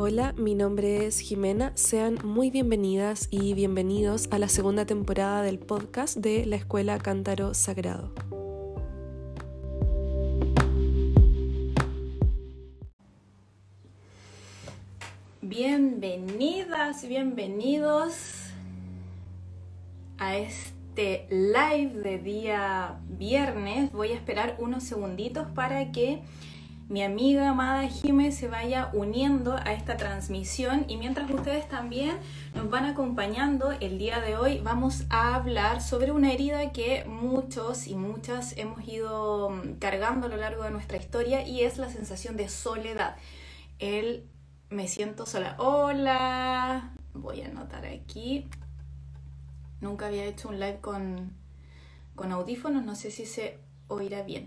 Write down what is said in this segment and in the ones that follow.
Hola, mi nombre es Jimena. Sean muy bienvenidas y bienvenidos a la segunda temporada del podcast de la Escuela Cántaro Sagrado. Bienvenidas, bienvenidos a este live de día viernes. Voy a esperar unos segunditos para que mi amiga amada Jime se vaya uniendo a esta transmisión, y mientras ustedes también nos van acompañando, el día de hoy vamos a hablar sobre una herida que muchos y muchas hemos ido cargando a lo largo de nuestra historia, y es la sensación de soledad. Me siento sola. Hola. Voy a anotar aquí. Nunca había hecho un live con audífonos. No sé si se oirá bien.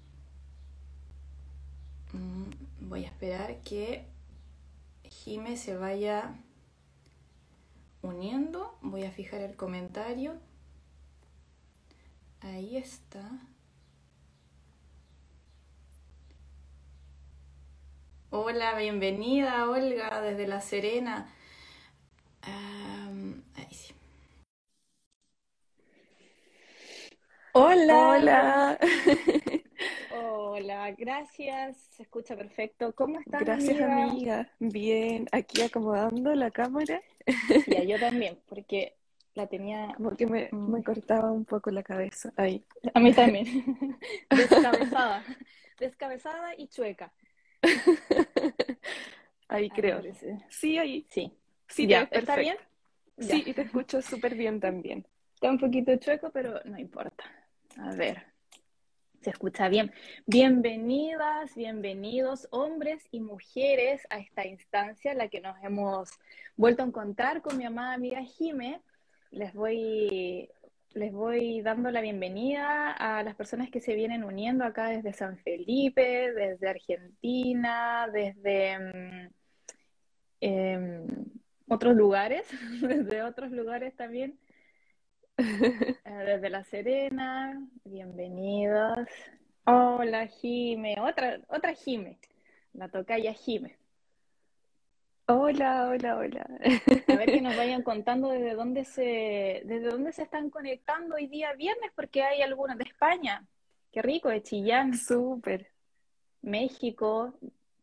Voy a esperar que Jime se vaya uniendo. Voy a fijar el comentario. Ahí está. Hola, bienvenida Olga desde La Serena. Ahí sí. Hola. Hola. Hola, gracias. Se escucha perfecto. ¿Cómo estás, Gracias, amiga? amiga. Bien, aquí acomodando la cámara Ya, yo también, porque la tenía... porque me cortaba un poco la cabeza. Ahí. A mí también. Descabezada. Descabezada y chueca. Ahí Ahí creo. parece. Sí, ahí. Sí. Sí, te Ya, ves ¿está bien? perfecto. Ya. Sí, y te escucho súper bien también. Está un poquito chueco, pero no importa. A ver. Se escucha bien. Bienvenidas, bienvenidos, hombres y mujeres, a esta instancia en la que nos hemos vuelto a encontrar con mi amada amiga Jime. Les voy dando la bienvenida a las personas que se vienen uniendo acá desde San Felipe, desde Argentina, desde em, otros lugares, desde otros lugares también, desde La Serena. Bienvenidos. Hola, Jime. Otra Jime. La tocaya Jime. Hola, hola, hola. A ver que nos vayan contando desde dónde se están conectando hoy día viernes, porque hay algunos de España. Qué rico, de Chillán, Súper. México,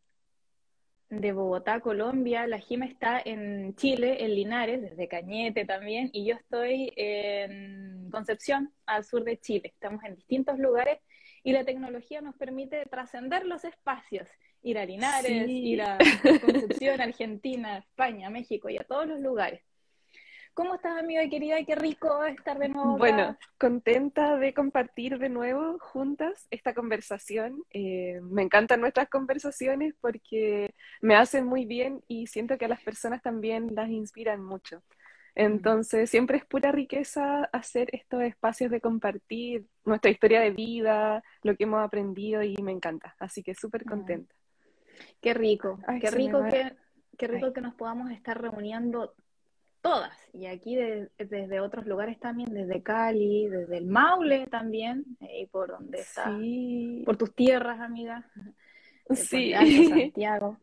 de Bogotá, Colombia. La Jime está en Chile, en Linares, desde Cañete también, y yo estoy en Concepción, al sur de Chile. Estamos en distintos lugares y la tecnología nos permite trascender los espacios, ir a Linares, ir Sí. a Concepción, Argentina, España, México y a todos los lugares. ¿Cómo estás, amiga querida? Qué rico estar de nuevo Bueno, acá. contenta de compartir de nuevo juntas esta conversación. Me encantan nuestras conversaciones porque me hacen muy bien y siento que a las personas también las inspiran mucho. Mm. Entonces, siempre es pura riqueza hacer estos espacios de compartir nuestra historia de vida, lo que hemos aprendido y me encanta. Así que súper Mm. contenta. Qué rico, Ay, qué se me rico va. qué Ay. rico que nos podamos estar reuniendo todas, y aquí desde otros lugares también, desde Cali, desde el Maule también, y por donde estás, Sí, por tus tierras, amiga, Puente Alto, sí. Santiago.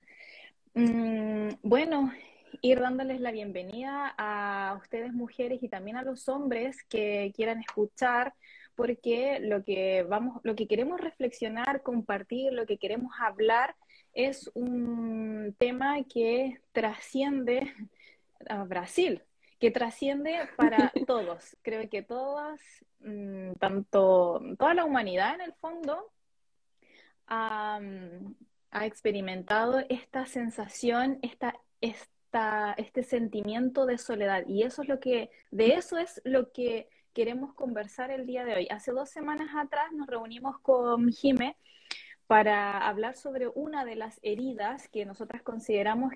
Bueno, ir dándoles la bienvenida a ustedes, mujeres, y también a los hombres que quieran escuchar, porque lo que queremos reflexionar, compartir, lo que queremos hablar es un tema que trasciende a Brasil, que trasciende para todos. Creo que todas, tanto toda la humanidad en el fondo, ha, ha experimentado esta sensación, este sentimiento de soledad. Y de eso es lo que queremos conversar el día de hoy. Hace 2 semanas atrás nos reunimos con Jime para hablar sobre una de las heridas que nosotras consideramos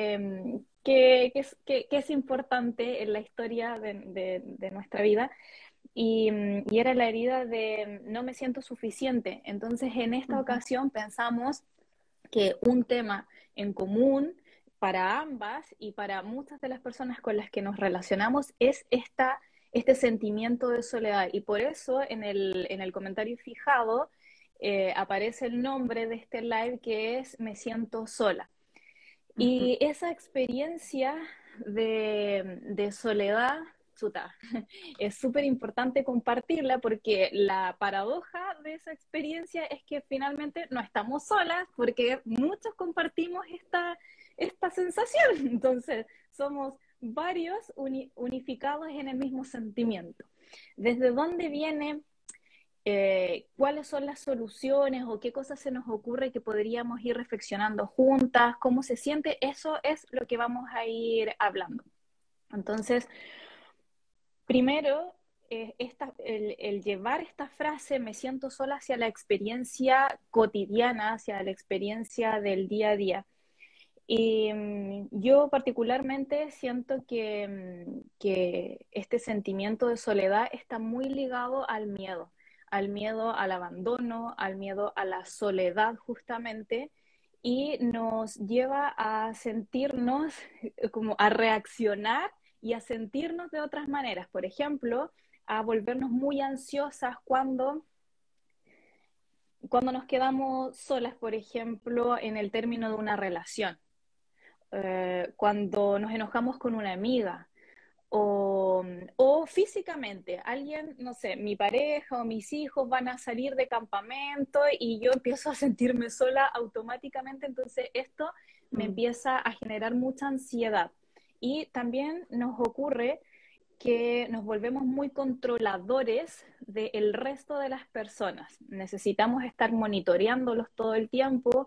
que es importante en la historia de nuestra vida, y era la herida de no me siento suficiente. Entonces, en esta Ujú. ocasión pensamos que un tema en común para ambas y para muchas de las personas con las que nos relacionamos es este sentimiento de soledad. Y por eso en el comentario fijado aparece el nombre de este live, que es Me siento sola. Ujú. Y esa experiencia de soledad, chuta, es súper importante compartirla porque la paradoja de esa experiencia es que finalmente no estamos solas porque muchos compartimos esta sensación. Entonces, somos varios unificados en el mismo sentimiento. ¿Desde dónde viene? ¿Cuáles son las soluciones o qué cosas se nos ocurre que podríamos ir reflexionando juntas? ¿Cómo se siente? Eso es lo que vamos a ir hablando. Entonces, primero, el llevar esta frase, me siento sola, hacia la experiencia cotidiana, hacia la experiencia del día a día. Y yo particularmente siento que este sentimiento de soledad está muy ligado al miedo al abandono, al miedo a la soledad justamente, y nos lleva a sentirnos como a reaccionar y a sentirnos de otras maneras. Por ejemplo, a volvernos muy ansiosas cuando nos quedamos solas, por ejemplo, en el término de una relación, cuando nos enojamos con una amiga o físicamente, alguien, no sé, mi pareja o mis hijos van a salir de campamento y yo empiezo a sentirme sola automáticamente, entonces esto me Mm. empieza a generar mucha ansiedad. Y también nos ocurre que nos volvemos muy controladores del resto de las personas. Necesitamos estar monitoreándolos todo el tiempo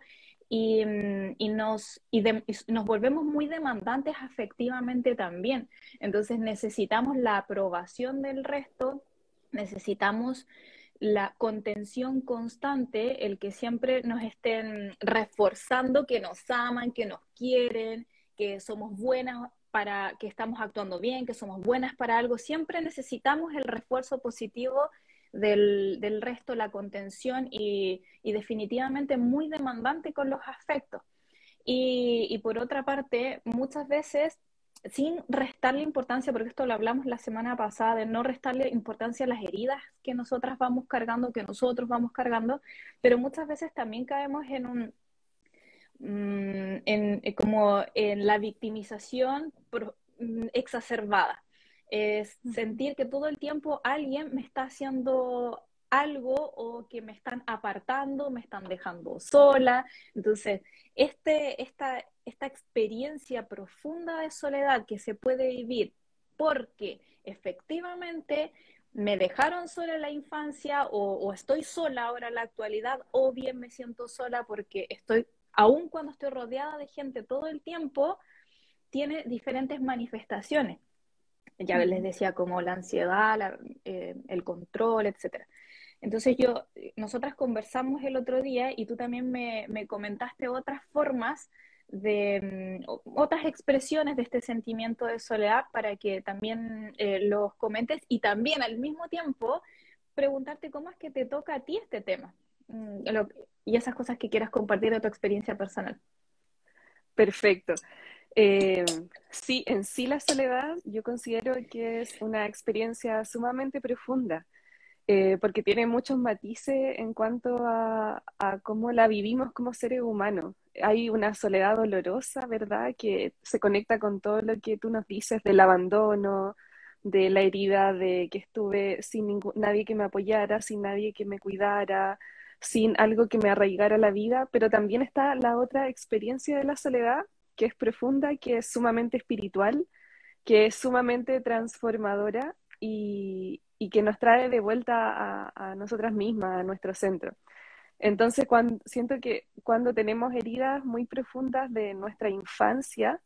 y nos volvemos muy demandantes afectivamente también. Entonces necesitamos la aprobación del resto, necesitamos la contención constante, el que siempre nos estén reforzando que nos aman, que nos quieren, que somos buenas para que estamos actuando bien, que somos buenas para algo. Siempre necesitamos el refuerzo positivo del resto, la contención y definitivamente muy demandante con los afectos. Y por otra parte, muchas veces, sin restarle importancia, porque esto lo hablamos la semana pasada, de no restarle importancia a las heridas que nosotras vamos cargando, que nosotros vamos cargando, pero muchas veces también caemos en como en la victimización exacerbada. Es Ujú. sentir que todo el tiempo alguien me está haciendo algo o que me están apartando, me están dejando sola. Entonces, esta experiencia profunda de soledad que se puede vivir porque efectivamente me dejaron sola en la infancia o estoy sola ahora en la actualidad, o bien me siento sola porque estoy, aun cuando estoy rodeada de gente todo el tiempo, tiene diferentes manifestaciones. Ya les Ujú. decía, como la ansiedad, el control, etcétera. Entonces nosotras conversamos el otro día y tú también me comentaste otras formas otras expresiones de este sentimiento de soledad para que también los comentes y también al mismo tiempo preguntarte cómo es que te toca a ti este tema, y esas cosas que quieras compartir de tu experiencia personal. Perfecto. Eh, sí, en sí la soledad yo considero que es una experiencia sumamente profunda, porque tiene muchos matices en cuanto a cómo la vivimos como seres humanos. Hay una soledad dolorosa, ¿verdad?, que se conecta con todo lo que tú nos dices del abandono, de la herida de que estuve sin nadie que me apoyara, sin nadie que me cuidara, sin algo que me arraigara a la vida, pero también está la otra experiencia de la soledad, que es profunda, que es sumamente espiritual, que es sumamente transformadora y que nos trae de vuelta a nosotras mismas, a nuestro centro. Entonces, siento que cuando tenemos heridas muy profundas de nuestra infancia,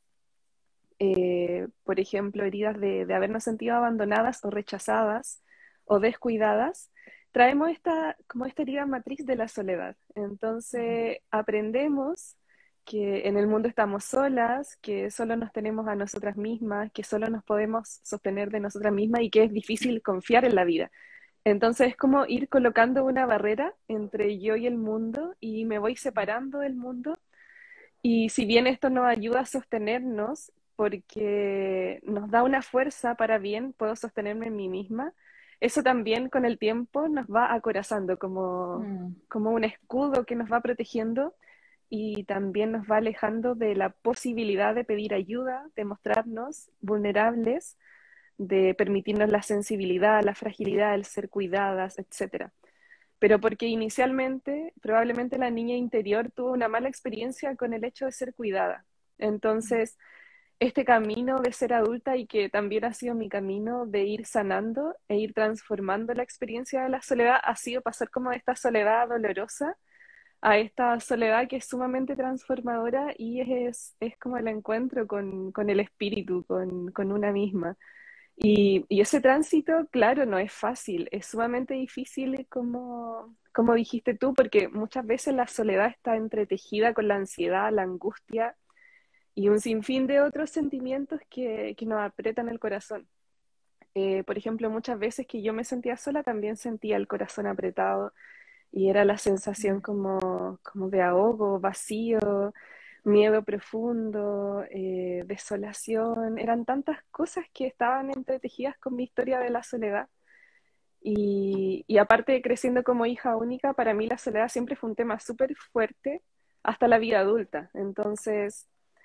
por ejemplo, heridas de habernos sentido abandonadas o rechazadas o descuidadas, traemos como esta herida matriz de la soledad. Entonces, aprendemos que en el mundo estamos solas, que solo nos tenemos a nosotras mismas, que solo nos podemos sostener de nosotras mismas y que es difícil confiar en la vida. Entonces es como ir colocando una barrera entre yo y el mundo y me voy separando del mundo y si bien esto nos ayuda a sostenernos, porque nos da una fuerza para bien, puedo sostenerme en mí misma, eso también con el tiempo nos va acorazando como, Mm. como un escudo que nos va protegiendo y también nos va alejando de la posibilidad de pedir ayuda, de mostrarnos vulnerables, de permitirnos la sensibilidad, la fragilidad, el ser cuidadas, etcétera. Pero porque inicialmente probablemente la niña interior tuvo una mala experiencia con el hecho de ser cuidada. Entonces, este camino de ser adulta y que también ha sido mi camino de ir sanando e ir transformando la experiencia de la soledad, ha sido pasar como de esta soledad dolorosa a esta soledad que es sumamente transformadora y es como el encuentro con el espíritu, con una misma. Y ese tránsito, claro, no es fácil, es sumamente difícil como dijiste tú, porque muchas veces la soledad está entretejida con la ansiedad, la angustia y un sinfín de otros sentimientos que nos aprietan el corazón. Por ejemplo, muchas veces que yo me sentía sola, también sentía el corazón apretado y era la sensación como de ahogo, vacío, miedo profundo, desolación. Eran tantas cosas que estaban entretejidas con mi historia de la soledad. Y aparte de creciendo como hija única, para mí la soledad siempre fue un tema súper fuerte hasta la vida adulta. Entonces,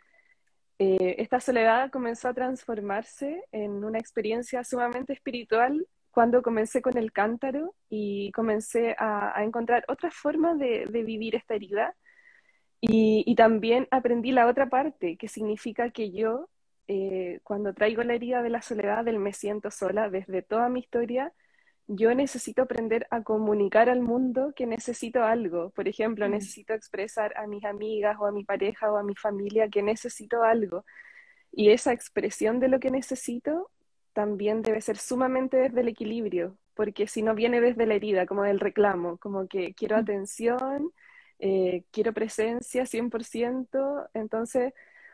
esta soledad comenzó a transformarse en una experiencia sumamente espiritual cuando comencé con el cántaro y comencé a encontrar otras formas de vivir esta herida. Y también aprendí la otra parte, que significa que yo, cuando traigo la herida de la soledad, del me siento sola, desde toda mi historia, yo necesito aprender a comunicar al mundo que necesito algo. Por ejemplo, Mm. necesito expresar a mis amigas o a mi pareja o a mi familia que necesito algo. Y esa expresión de lo que necesito también debe ser sumamente desde el equilibrio, porque si no viene desde la herida, como del reclamo, como que quiero atención, quiero presencia 100%, entonces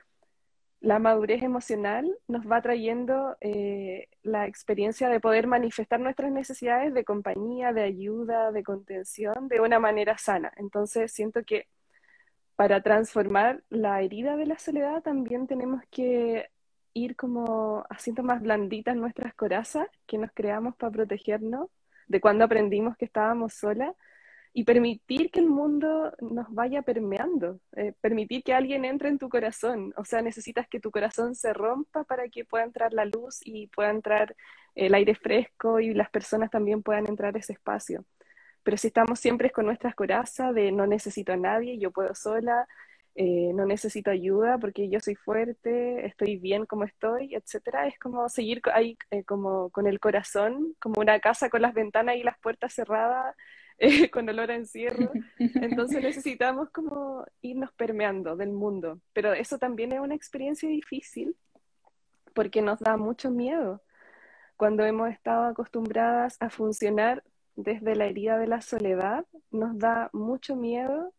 la madurez emocional nos va trayendo la experiencia de poder manifestar nuestras necesidades de compañía, de ayuda, de contención de una manera sana. Entonces siento que para transformar la herida de la soledad también tenemos que ir como haciendo más blanditas nuestras corazas que nos creamos para protegernos de cuando aprendimos que estábamos solas y permitir que el mundo nos vaya permeando, permitir que alguien entre en tu corazón. O sea, necesitas que tu corazón se rompa para que pueda entrar la luz y pueda entrar el aire fresco y las personas también puedan entrar a ese espacio. Pero si estamos siempre con nuestras corazas de no necesito a nadie, yo puedo sola, no necesito ayuda porque yo soy fuerte, estoy bien como estoy, etcétera, es como seguir ahí como con el corazón, como una casa con las ventanas y las puertas cerradas, con olor a encierro. Entonces necesitamos como irnos permeando del mundo. Pero eso también es una experiencia difícil porque nos da mucho miedo cuando hemos estado acostumbradas a funcionar desde la herida de la soledad, nos da mucho miedo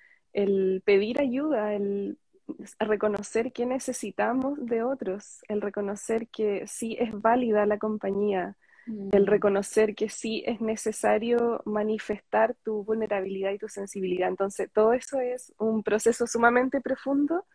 el pedir ayuda, el reconocer que necesitamos de otros, el reconocer que sí es válida la compañía, el Mm. reconocer que sí es necesario manifestar tu vulnerabilidad y tu sensibilidad. Entonces, todo eso es un proceso sumamente profundo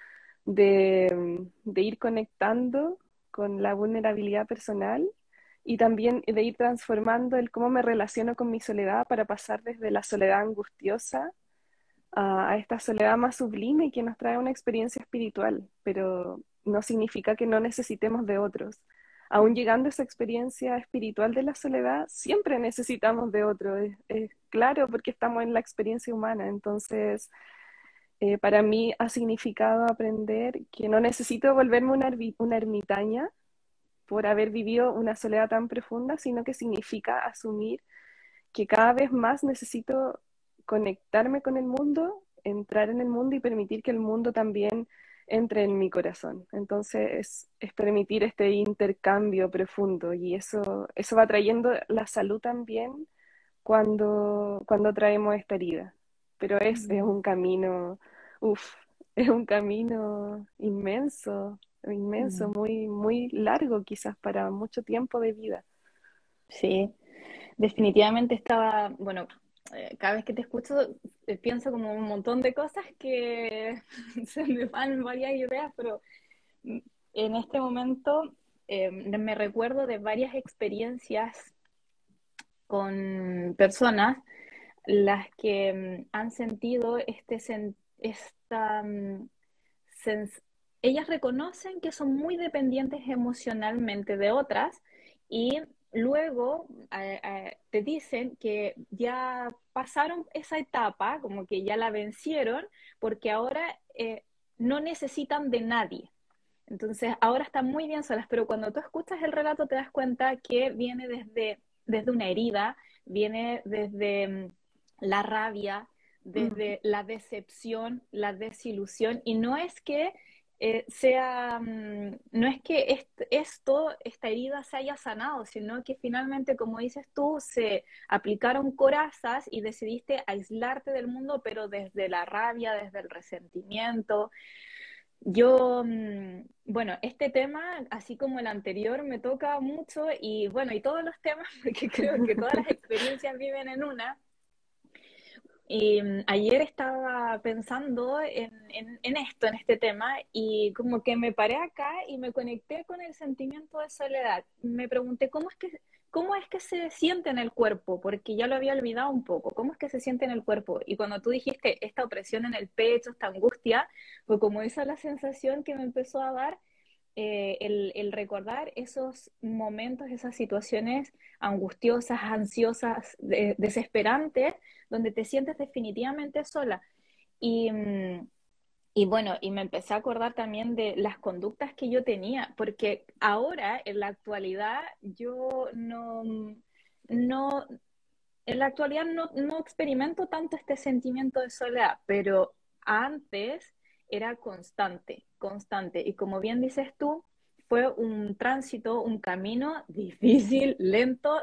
de ir conectando con la vulnerabilidad personal y también de ir transformando el cómo me relaciono con mi soledad para pasar desde la soledad angustiosa a esta soledad más sublime y que nos trae una experiencia espiritual, pero no significa que no necesitemos de otros. Aún llegando a esa experiencia espiritual de la soledad, siempre necesitamos de otros, es claro porque estamos en la experiencia humana, entonces para mí ha significado aprender que no necesito volverme una ermitaña por haber vivido una soledad tan profunda, sino que significa asumir que cada vez más necesito conectarme con el mundo, entrar en el mundo y permitir que el mundo también entre en mi corazón. Entonces es permitir este intercambio profundo y eso va trayendo la salud también cuando traemos esta herida. Pero es Mm. un camino, uff, es un camino inmenso, inmenso, Mm. muy, muy largo quizás para mucho tiempo de vida. Sí, definitivamente estaba, bueno, cada vez que te escucho pienso como un montón de cosas que se me van varias ideas, pero mm, en este momento me recuerdo de varias experiencias con personas las que han sentido esta, sens- ellas reconocen que son muy dependientes emocionalmente de otras y luego te dicen que ya pasaron esa etapa, como que ya la vencieron, porque ahora no necesitan de nadie. Entonces, ahora están muy bien solas, pero cuando tú escuchas el relato te das cuenta que viene desde una herida, viene desde la rabia, Mm. desde la decepción, la desilusión, y no es que no es que esta herida se haya sanado, sino que finalmente, como dices tú, se aplicaron corazas y decidiste aislarte del mundo, pero desde la rabia, desde el resentimiento. Yo, bueno, este tema, así como el anterior, me toca mucho y bueno, y todos los temas, porque creo que todas las experiencias viven en una. Y ayer estaba pensando en esto, en este tema, y como que me paré acá y me conecté con el sentimiento de soledad. Me pregunté cómo es que se siente en el cuerpo, porque ya lo había olvidado un poco, cómo es que se siente en el cuerpo. Y cuando tú dijiste esta opresión en el pecho, esta angustia, fue como esa la sensación que me empezó a dar el recordar esos momentos, esas situaciones angustiosas, ansiosas, desesperantes, donde te sientes definitivamente sola. Y, y bueno, y me empecé a acordar también de las conductas que yo tenía, porque ahora, en la actualidad, yo no, en la actualidad no experimento tanto este sentimiento de soledad, pero antes era constante, constante. Y como bien dices tú, fue un tránsito, un camino difícil, lento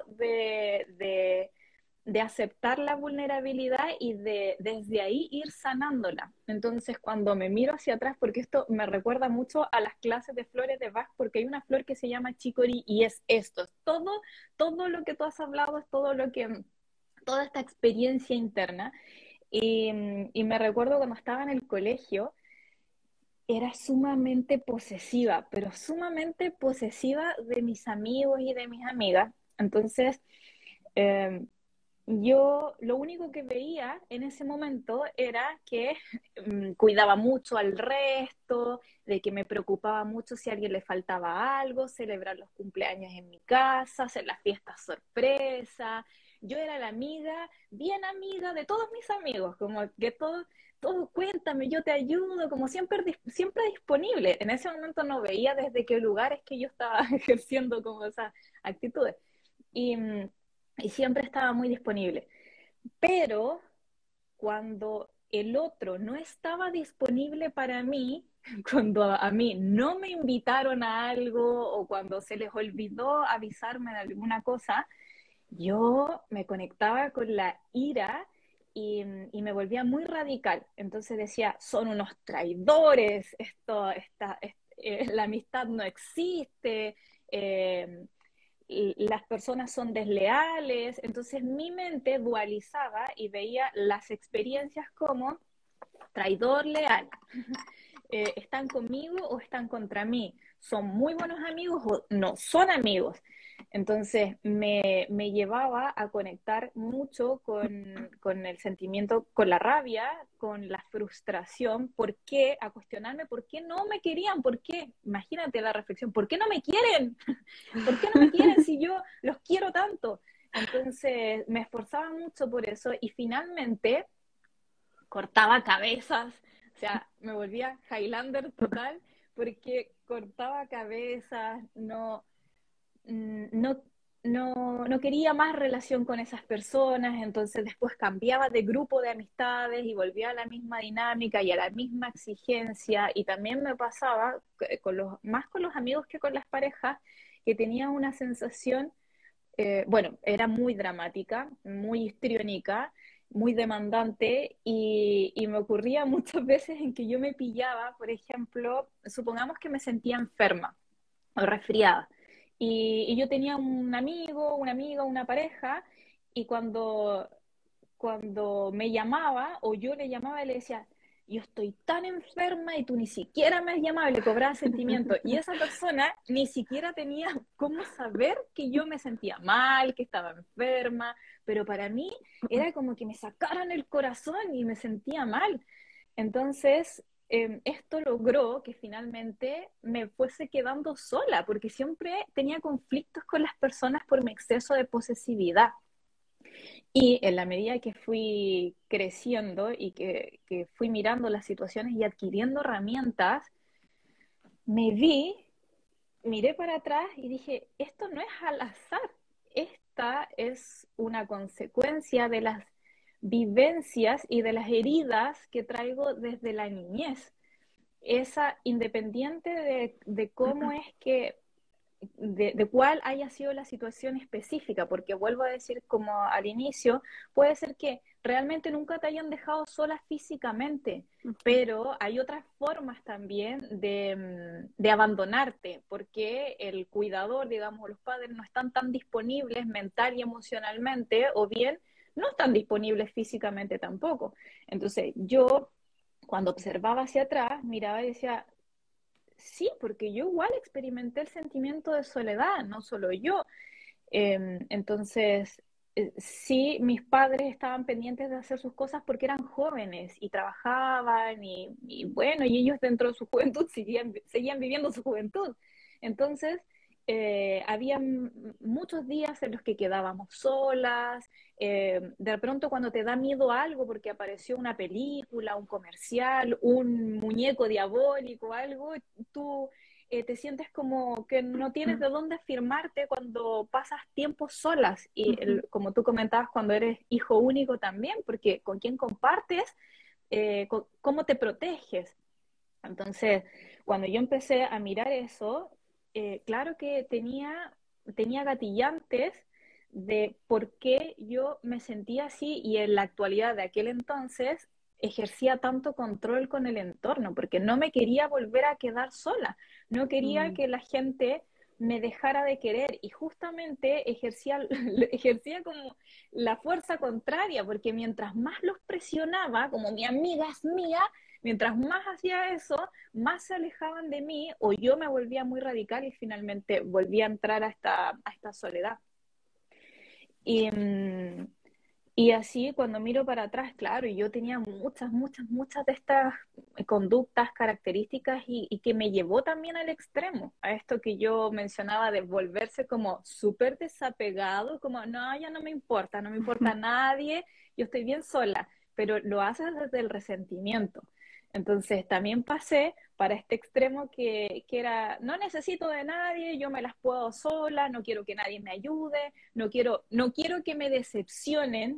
de aceptar la vulnerabilidad y desde ahí ir sanándola. Entonces, cuando me miro hacia atrás, porque esto me recuerda mucho a las clases de flores de Bach, porque hay una flor que se llama chicory y es esto, es todo lo que tú has hablado, es todo lo que toda esta experiencia interna. Y me recuerdo cuando estaba en el colegio, era sumamente posesiva, pero sumamente posesiva de mis amigos y de mis amigas. Entonces, eh, yo lo único que veía en ese momento era que cuidaba mucho al resto, de que me preocupaba mucho si a alguien le faltaba algo, celebrar los cumpleaños en mi casa, hacer las fiestas sorpresa. Yo era la amiga, bien amiga de todos mis amigos, como que todo cuéntame, yo te ayudo, como siempre disponible. En ese momento no veía desde qué lugares que yo estaba ejerciendo como esas actitudes. Y, y siempre estaba muy disponible. Pero cuando el otro no estaba disponible para mí, cuando a mí no me invitaron a algo o cuando se les olvidó avisarme de alguna cosa, yo me conectaba con la ira y me volvía muy radical. Entonces decía, son unos traidores, la amistad no existe, eh, las personas son desleales, entonces mi mente dualizaba y veía las experiencias como traidor leal. ¿Están conmigo o están contra mí? ¿Son muy buenos amigos o no son amigos? Entonces me llevaba a conectar mucho con el sentimiento, con la rabia, con la frustración, ¿por qué? A cuestionarme por qué no me querían, por qué, imagínate la reflexión, ¿por qué no me quieren? ¿Por qué no me quieren si yo los quiero tanto? Entonces me esforzaba mucho por eso y finalmente cortaba cabezas, o sea, me volvía Highlander total porque cortaba cabezas, no, no quería más relación con esas personas, entonces después cambiaba de grupo de amistades y volvía a la misma dinámica y a la misma exigencia y también me pasaba más con los amigos que con las parejas, que tenía una sensación bueno, era muy dramática, muy histriónica, muy demandante y me ocurría muchas veces en que yo me pillaba, por ejemplo, supongamos que me sentía enferma o resfriada y yo tenía un amigo, una amiga, una pareja y cuando me llamaba o yo le llamaba y le decía, yo estoy tan enferma y tú ni siquiera me has llamado y le cobraba sentimiento. Y esa persona ni siquiera tenía cómo saber que yo me sentía mal, que estaba enferma, pero para mí era como que me sacaran el corazón y me sentía mal. Entonces, esto logró que finalmente me fuese quedando sola, porque siempre tenía conflictos con las personas por mi exceso de posesividad. Y en la medida que fui creciendo y que fui mirando las situaciones y adquiriendo herramientas, me vi, miré para atrás y dije, esto no es al azar, esta es una consecuencia de las vivencias y de las heridas que traigo desde la niñez. Esa, independiente de cómo es que de cuál haya sido la situación específica, porque vuelvo a decir como al inicio, puede ser que realmente nunca te hayan dejado sola físicamente, pero hay otras formas también de abandonarte, porque el cuidador, digamos, los padres no están tan disponibles mental y emocionalmente, o bien no están disponibles físicamente tampoco. Entonces yo, cuando observaba hacia atrás, miraba y decía, sí, porque yo igual experimenté el sentimiento de soledad, no solo yo. Entonces, sí, mis padres estaban pendientes de hacer sus cosas porque eran jóvenes y trabajaban y bueno, y ellos dentro de su juventud seguían viviendo su juventud. Entonces, había muchos días en los que quedábamos solas, de pronto cuando te da miedo algo porque apareció una película, un comercial, un muñeco diabólico, algo, tú te sientes como que no tienes de dónde afirmarte cuando pasas tiempo solas. Y como tú comentabas, cuando eres hijo único también, porque con quién compartes, cómo te proteges. Entonces, cuando yo empecé a mirar eso, claro que tenía gatillantes de por qué yo me sentía así y en la actualidad de aquel entonces ejercía tanto control con el entorno, porque no me quería volver a quedar sola, no quería que la gente me dejara de querer y justamente ejercía como la fuerza contraria, porque mientras más los presionaba, como mi amiga es mía, mientras más hacía eso, más se alejaban de mí o yo me volvía muy radical y finalmente volvía a entrar a esta soledad. Y, y así cuando miro para atrás, claro, yo tenía muchas de estas conductas, características y que me llevó también al extremo, a esto que yo mencionaba de volverse como súper desapegado, como no, ya no me importa nadie, yo estoy bien sola, pero lo haces desde el resentimiento. Entonces también pasé para este extremo que era, no necesito de nadie, yo me las puedo sola, no quiero que nadie me ayude, no quiero que me decepcionen.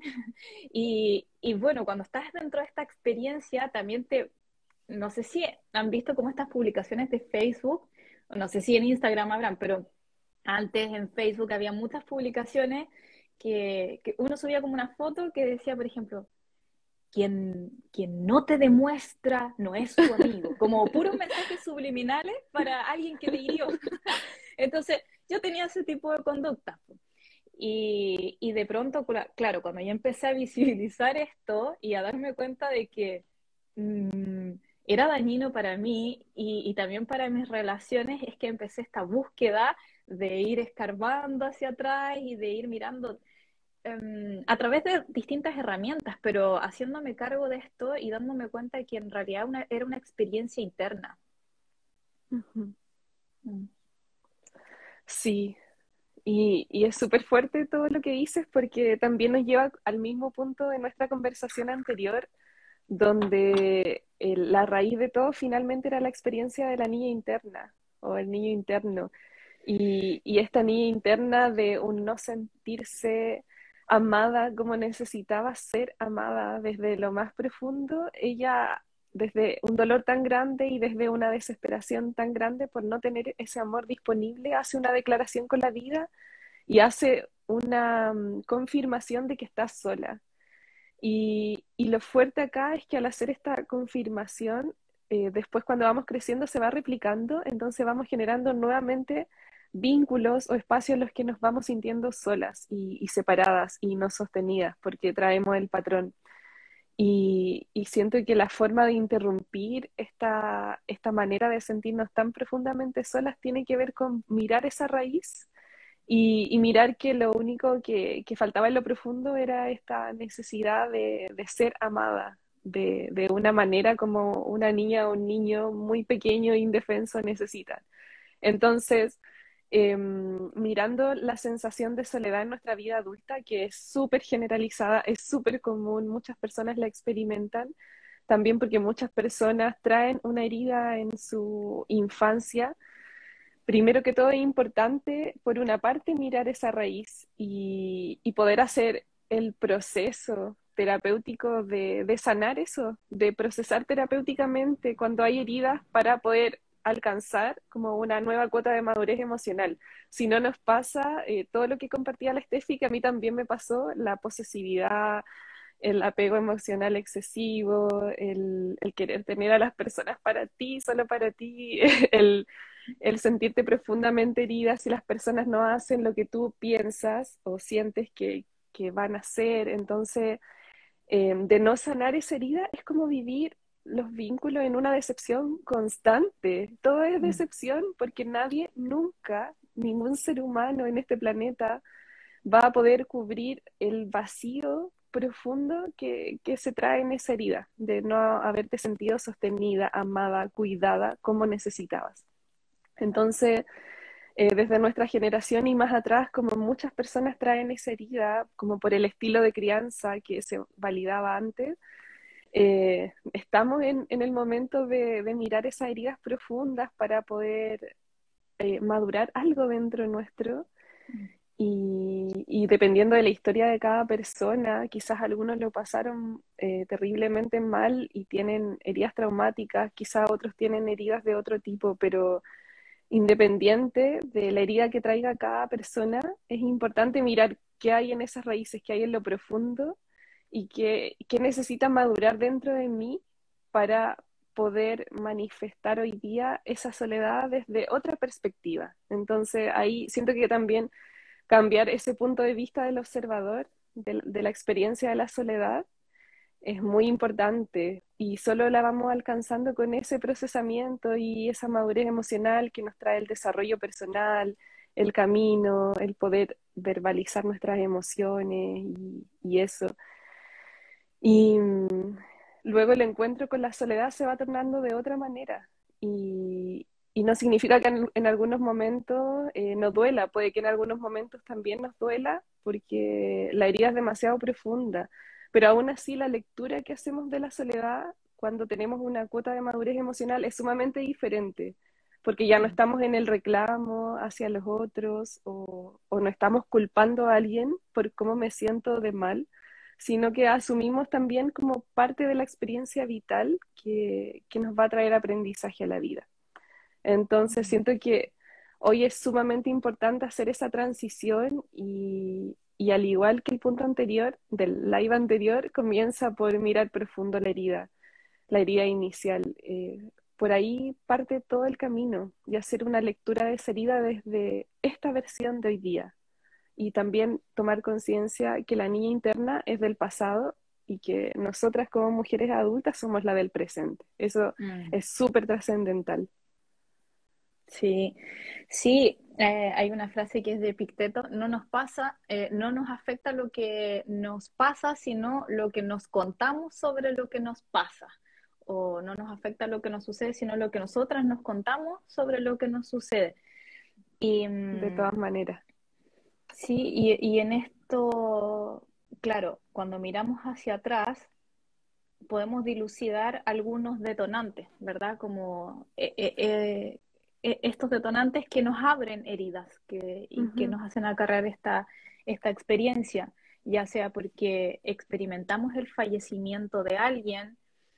Y bueno, cuando estás dentro de esta experiencia, también no sé si han visto como estas publicaciones de Facebook, o no sé si en Instagram habrán, pero antes en Facebook había muchas publicaciones que uno subía como una foto que decía, por ejemplo, quien no te demuestra no es tu amigo, como puros mensajes subliminales para alguien que te hirió. Entonces, yo tenía ese tipo de conducta. Y de pronto, claro, cuando yo empecé a visibilizar esto y a darme cuenta de que mm, era dañino para mí y también para mis relaciones, es que empecé esta búsqueda de ir escarbando hacia atrás y de ir mirando a través de distintas herramientas, pero haciéndome cargo de esto y dándome cuenta de que en realidad era una experiencia interna. Ujú. Mm. Sí, y es súper fuerte todo lo que dices porque también nos lleva al mismo punto de nuestra conversación anterior, donde la raíz de todo finalmente era la experiencia de la niña interna o el niño interno. Y esta niña interna de un no sentirse amada como necesitaba ser amada desde lo más profundo, ella desde un dolor tan grande y desde una desesperación tan grande por no tener ese amor disponible, hace una declaración con la vida y hace una confirmación de que está sola. Y lo fuerte acá es que al hacer esta confirmación, después cuando vamos creciendo se va replicando, entonces vamos generando nuevamente vínculos o espacios en los que nos vamos sintiendo solas y separadas y no sostenidas porque traemos el patrón. Y siento que la forma de interrumpir esta manera de sentirnos tan profundamente solas tiene que ver con mirar esa raíz y mirar que lo único que faltaba en lo profundo era esta necesidad de ser amada, de una manera como una niña o un niño muy pequeño e indefenso necesitan. Entonces, mirando la sensación de soledad en nuestra vida adulta, que es súper generalizada, es súper común, muchas personas la experimentan, también porque muchas personas traen una herida en su infancia. Primero que todo es importante, por una parte, mirar esa raíz y poder hacer el proceso terapéutico de sanar eso, de procesar terapéuticamente cuando hay heridas para poder alcanzar como una nueva cuota de madurez emocional. Si no nos pasa todo lo que compartía la Estefi, que a mí también me pasó, la posesividad, el apego emocional excesivo, el querer tener a las personas para ti, solo para ti, el sentirte profundamente herida si las personas no hacen lo que tú piensas o sientes que van a hacer. Entonces, de no sanar esa herida es como vivir los vínculos en una decepción constante. Todo es Mm. decepción porque nadie, nunca, ningún ser humano en este planeta va a poder cubrir el vacío profundo que se trae en esa herida, de no haberte sentido sostenida, amada, cuidada como necesitabas. Entonces, desde nuestra generación y más atrás, como muchas personas traen esa herida, como por el estilo de crianza que se validaba antes, estamos en el momento de mirar esas heridas profundas para poder madurar algo dentro nuestro y dependiendo de la historia de cada persona, quizás algunos lo pasaron terriblemente mal y tienen heridas traumáticas, quizás otros tienen heridas de otro tipo, pero independiente de la herida que traiga cada persona, es importante mirar qué hay en esas raíces, qué hay en lo profundo y qué necesita madurar dentro de mí para poder manifestar hoy día esa soledad desde otra perspectiva. Entonces ahí siento que también cambiar ese punto de vista del observador, de la experiencia de la soledad, es muy importante y solo la vamos alcanzando con ese procesamiento y esa madurez emocional que nos trae el desarrollo personal, el camino, el poder verbalizar nuestras emociones y eso. Y luego el encuentro con la soledad se va tornando de otra manera y no significa que en algunos momentos no duela, puede que en algunos momentos también nos duela porque la herida es demasiado profunda, pero aún así la lectura que hacemos de la soledad cuando tenemos una cuota de madurez emocional es sumamente diferente, porque ya no Mm. estamos en el reclamo hacia los otros o no estamos culpando a alguien por cómo me siento de mal, sino que asumimos también como parte de la experiencia vital que nos va a traer aprendizaje a la vida. Entonces Mm. siento que hoy es sumamente importante hacer esa transición y al igual que el punto anterior, del live anterior, comienza por mirar profundo la herida inicial. Por ahí parte todo el camino y hacer una lectura de esa herida desde esta versión de hoy día y también tomar conciencia que la niña interna es del pasado y que nosotras como mujeres adultas somos la del presente. Eso Mm. es súper trascendental. Sí, sí, hay una frase que es de Epicteto, no nos pasa, no nos afecta lo que nos pasa, sino lo que nos contamos sobre lo que nos pasa. O no nos afecta lo que nos sucede, sino lo que nosotras nos contamos sobre lo que nos sucede. Y De todas maneras. sí, y en esto, claro, cuando miramos hacia atrás, podemos dilucidar algunos detonantes, ¿verdad? Como estos detonantes que nos abren heridas y que Ujú. nos hacen acarrear esta experiencia, ya sea porque experimentamos el fallecimiento de alguien,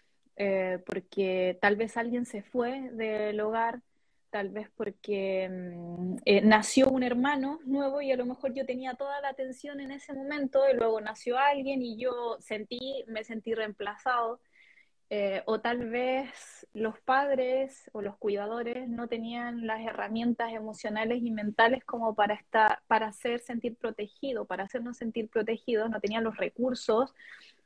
porque tal vez alguien se fue del hogar, tal vez porque nació un hermano nuevo y a lo mejor yo tenía toda la atención en ese momento y luego nació alguien y yo me sentí reemplazado. O tal vez los padres o los cuidadores no tenían las herramientas emocionales y mentales como para hacer sentir protegido, para hacernos sentir protegidos, no tenían los recursos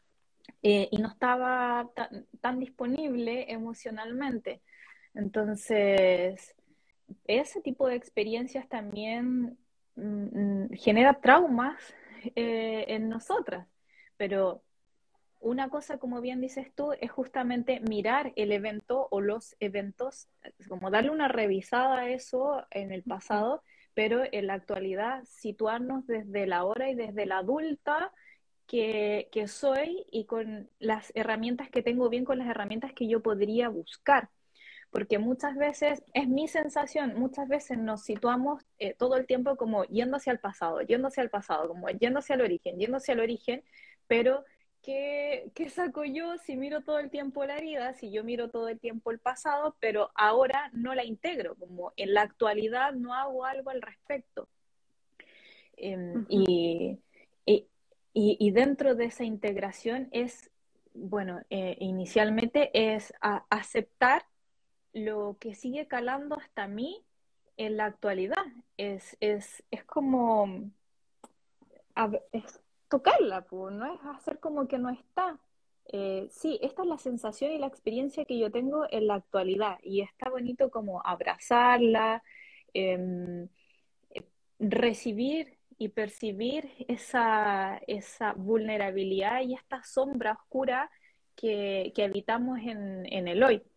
y no estaba tan disponible emocionalmente. Entonces, ese tipo de experiencias también genera traumas en nosotras, pero una cosa, como bien dices tú, es justamente mirar el evento o los eventos, como darle una revisada a eso en el Ujú, pasado, pero en la actualidad situarnos desde la hora y desde la adulta que soy y con las herramientas que tengo, bien con las herramientas que yo podría buscar. Porque muchas veces, es mi sensación, muchas veces nos situamos todo el tiempo como yendo hacia el pasado, yendo hacia el pasado, como yendo hacia el origen, pero ¿qué saco yo si miro todo el tiempo la herida, si yo miro todo el tiempo el pasado, pero ahora no la integro, como en la actualidad no hago algo al respecto? Em, ujú. y, y, y dentro de esa integración es, bueno, inicialmente es aceptar lo que sigue calando hasta mí en la actualidad. Es como es tocarla, pues, no es hacer como que no está. Sí, esta es la sensación y la experiencia que yo tengo en la actualidad y está bonito como abrazarla, em, recibir y percibir esa vulnerabilidad y esta sombra oscura que habitamos en el hoy.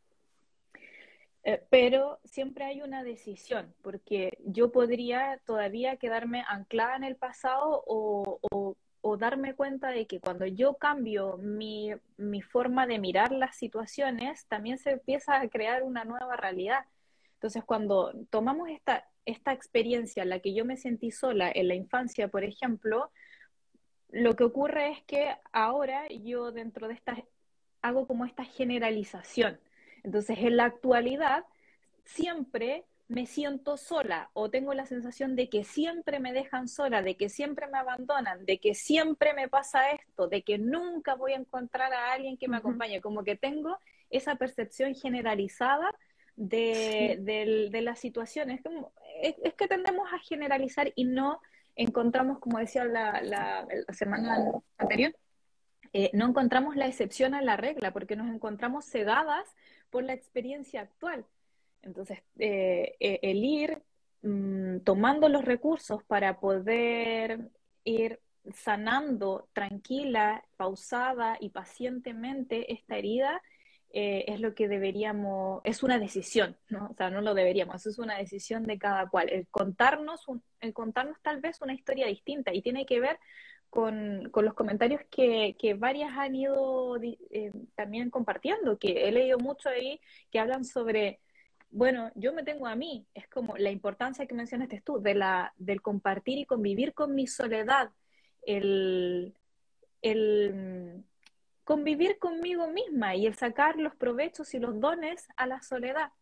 Pero siempre hay una decisión, porque yo podría todavía quedarme anclada en el pasado o darme cuenta de que cuando yo cambio mi forma de mirar las situaciones, también se empieza a crear una nueva realidad. Entonces, cuando tomamos esta experiencia en la que yo me sentí sola en la infancia, por ejemplo, lo que ocurre es que ahora yo dentro de esta hago como esta generalización. Entonces, en la actualidad, siempre me siento sola o tengo la sensación de que siempre me dejan sola, de que siempre me abandonan, de que siempre me pasa esto, de que nunca voy a encontrar a alguien que me Ujú. acompañe, como que tengo esa percepción generalizada Sí, de las situaciones. Es que tendemos a generalizar y no encontramos, como decía la semana anterior, no encontramos la excepción a la regla porque nos encontramos cegadas por la experiencia actual. Entonces, el ir tomando los recursos para poder ir sanando tranquila, pausada y pacientemente esta herida, es lo que deberíamos, es una decisión, ¿no? O sea, no lo deberíamos, es una decisión de cada cual. El contarnos tal vez una historia distinta y tiene que ver con los comentarios que varias han ido también compartiendo, que he leído mucho ahí que hablan sobre, bueno, yo me tengo a mí, es como la importancia que mencionaste tú, del compartir y convivir con mi soledad, el, el convivir conmigo misma y el sacar los provechos y los dones a la soledad.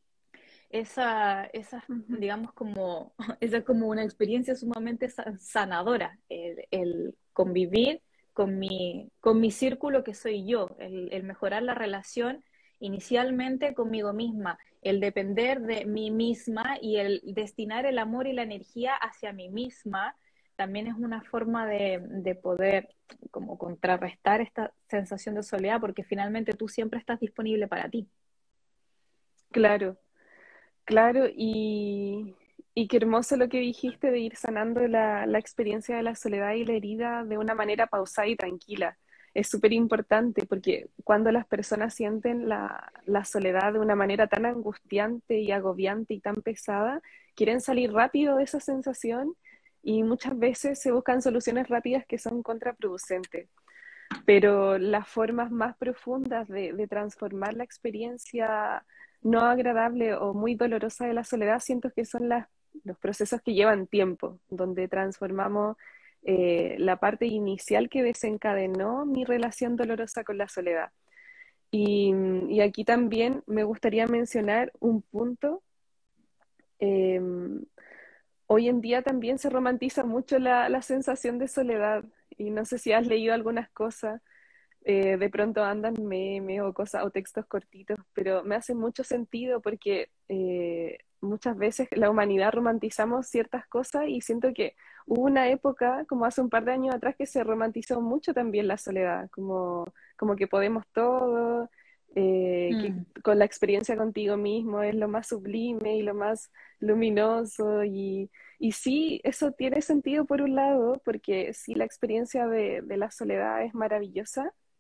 ujú. Digamos, como, esa es como una experiencia sumamente sanadora, el convivir con mi círculo que soy yo, el mejorar la relación inicialmente conmigo misma, el depender de mí misma y el destinar el amor y la energía hacia mí misma, también es una forma de poder como contrarrestar esta sensación de soledad, porque finalmente tú siempre estás disponible para ti. Claro, claro, y qué hermoso lo que dijiste de ir sanando la experiencia de la soledad y la herida de una manera pausada y tranquila. Es súper importante porque cuando las personas sienten la soledad de una manera tan angustiante y agobiante y tan pesada, quieren salir rápido de esa sensación y muchas veces se buscan soluciones rápidas que son contraproducentes. Pero las formas más profundas de transformar la experiencia no agradable o muy dolorosa de la soledad, siento que son los procesos que llevan tiempo, donde transformamos la parte inicial que desencadenó mi relación dolorosa con la soledad. Y aquí también me gustaría mencionar un punto. eh, Hoy en día también se romantiza mucho la sensación de soledad y no sé si has leído algunas cosas, de pronto andan memes o cosas o textos cortitos, pero me hace mucho sentido porque muchas veces la humanidad romantizamos ciertas cosas y siento que hubo una época, como hace un par de años atrás, que se romantizó mucho también la soledad, como que podemos todo, que Mm. con la experiencia contigo mismo es lo más sublime y lo más luminoso y sí, eso tiene sentido por un lado, porque sí la experiencia de la soledad es maravillosa,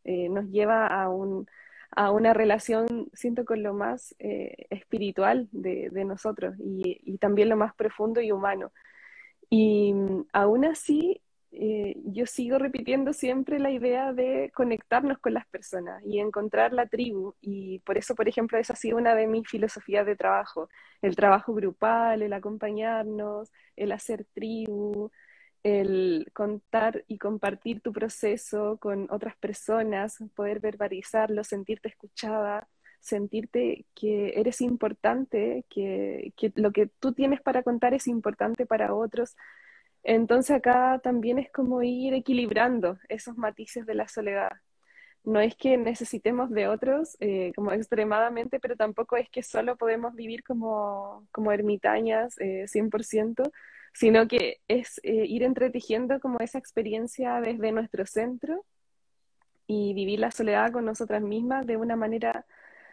nos lleva a una relación, siento, con lo más espiritual de nosotros y también lo más profundo y humano. Y aún así, yo sigo repitiendo siempre la idea de conectarnos con las personas y encontrar la tribu. Y por eso, por ejemplo, esa ha sido una de mis filosofías de trabajo, el trabajo grupal, el acompañarnos, el hacer tribu, el contar y compartir tu proceso con otras personas, poder verbalizarlo, sentirte escuchada, sentirte que eres importante, que lo que tú tienes para contar es importante para otros. Entonces acá también es como ir equilibrando esos matices de la soledad. No es que necesitemos de otros como extremadamente, pero tampoco es que solo podemos vivir como ermitañas 100%, sino que es ir entretejiendo como esa experiencia desde nuestro centro y vivir la soledad con nosotras mismas de una manera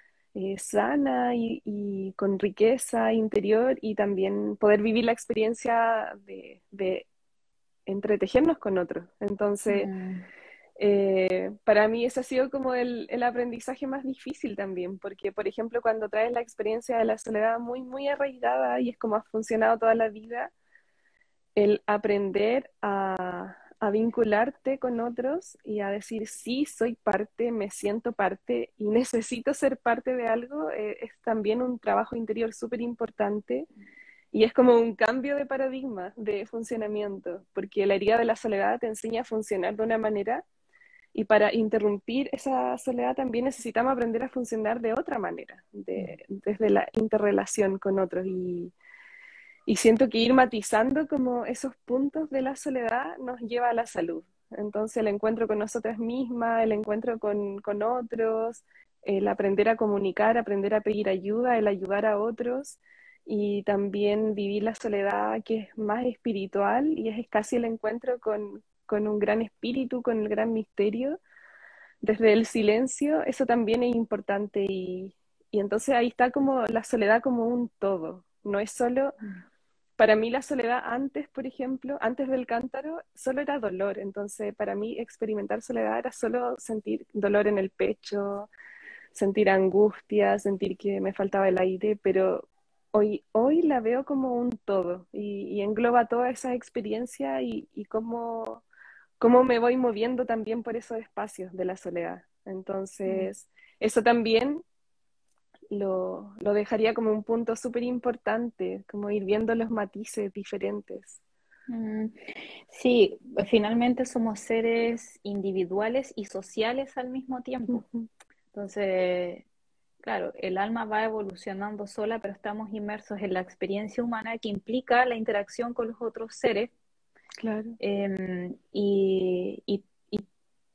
sana y con riqueza interior y también poder vivir la experiencia de entretejernos con otros. Entonces, Mm. para mí ese ha sido como el aprendizaje más difícil también, porque por ejemplo cuando traes la experiencia de la soledad muy, muy arraigada y es como ha funcionado toda la vida, el aprender a vincularte con otros y a decir, sí, soy parte, me siento parte y necesito ser parte de algo, es también un trabajo interior súper importante y es como un cambio de paradigma de funcionamiento, porque la herida de la soledad te enseña a funcionar de una manera y para interrumpir esa soledad también necesitamos aprender a funcionar de otra manera, desde la interrelación con otros. Y siento que ir matizando como esos puntos de la soledad nos lleva a la salud. Entonces el encuentro con nosotras mismas, el encuentro con otros, el aprender a comunicar, aprender a pedir ayuda, el ayudar a otros y también vivir la soledad que es más espiritual y es casi el encuentro con un gran espíritu, con el gran misterio, desde el silencio, eso también es importante y entonces ahí está como la soledad como un todo, no es solo para mí la soledad antes, por ejemplo, antes del cántaro, solo era dolor. Entonces, para mí experimentar soledad era solo sentir dolor en el pecho, sentir angustia, sentir que me faltaba el aire, pero hoy la veo como un todo y engloba toda esa experiencia y cómo me voy moviendo también por esos espacios de la soledad. Mm. Entonces, eso también lo dejaría como un punto súper importante, como ir viendo los matices diferentes. Mm. Sí, finalmente somos seres individuales y sociales al mismo tiempo. Ujú. Entonces, claro, el alma va evolucionando sola, pero estamos inmersos en la experiencia humana que implica la interacción con los otros seres. Claro. em, y, y, y,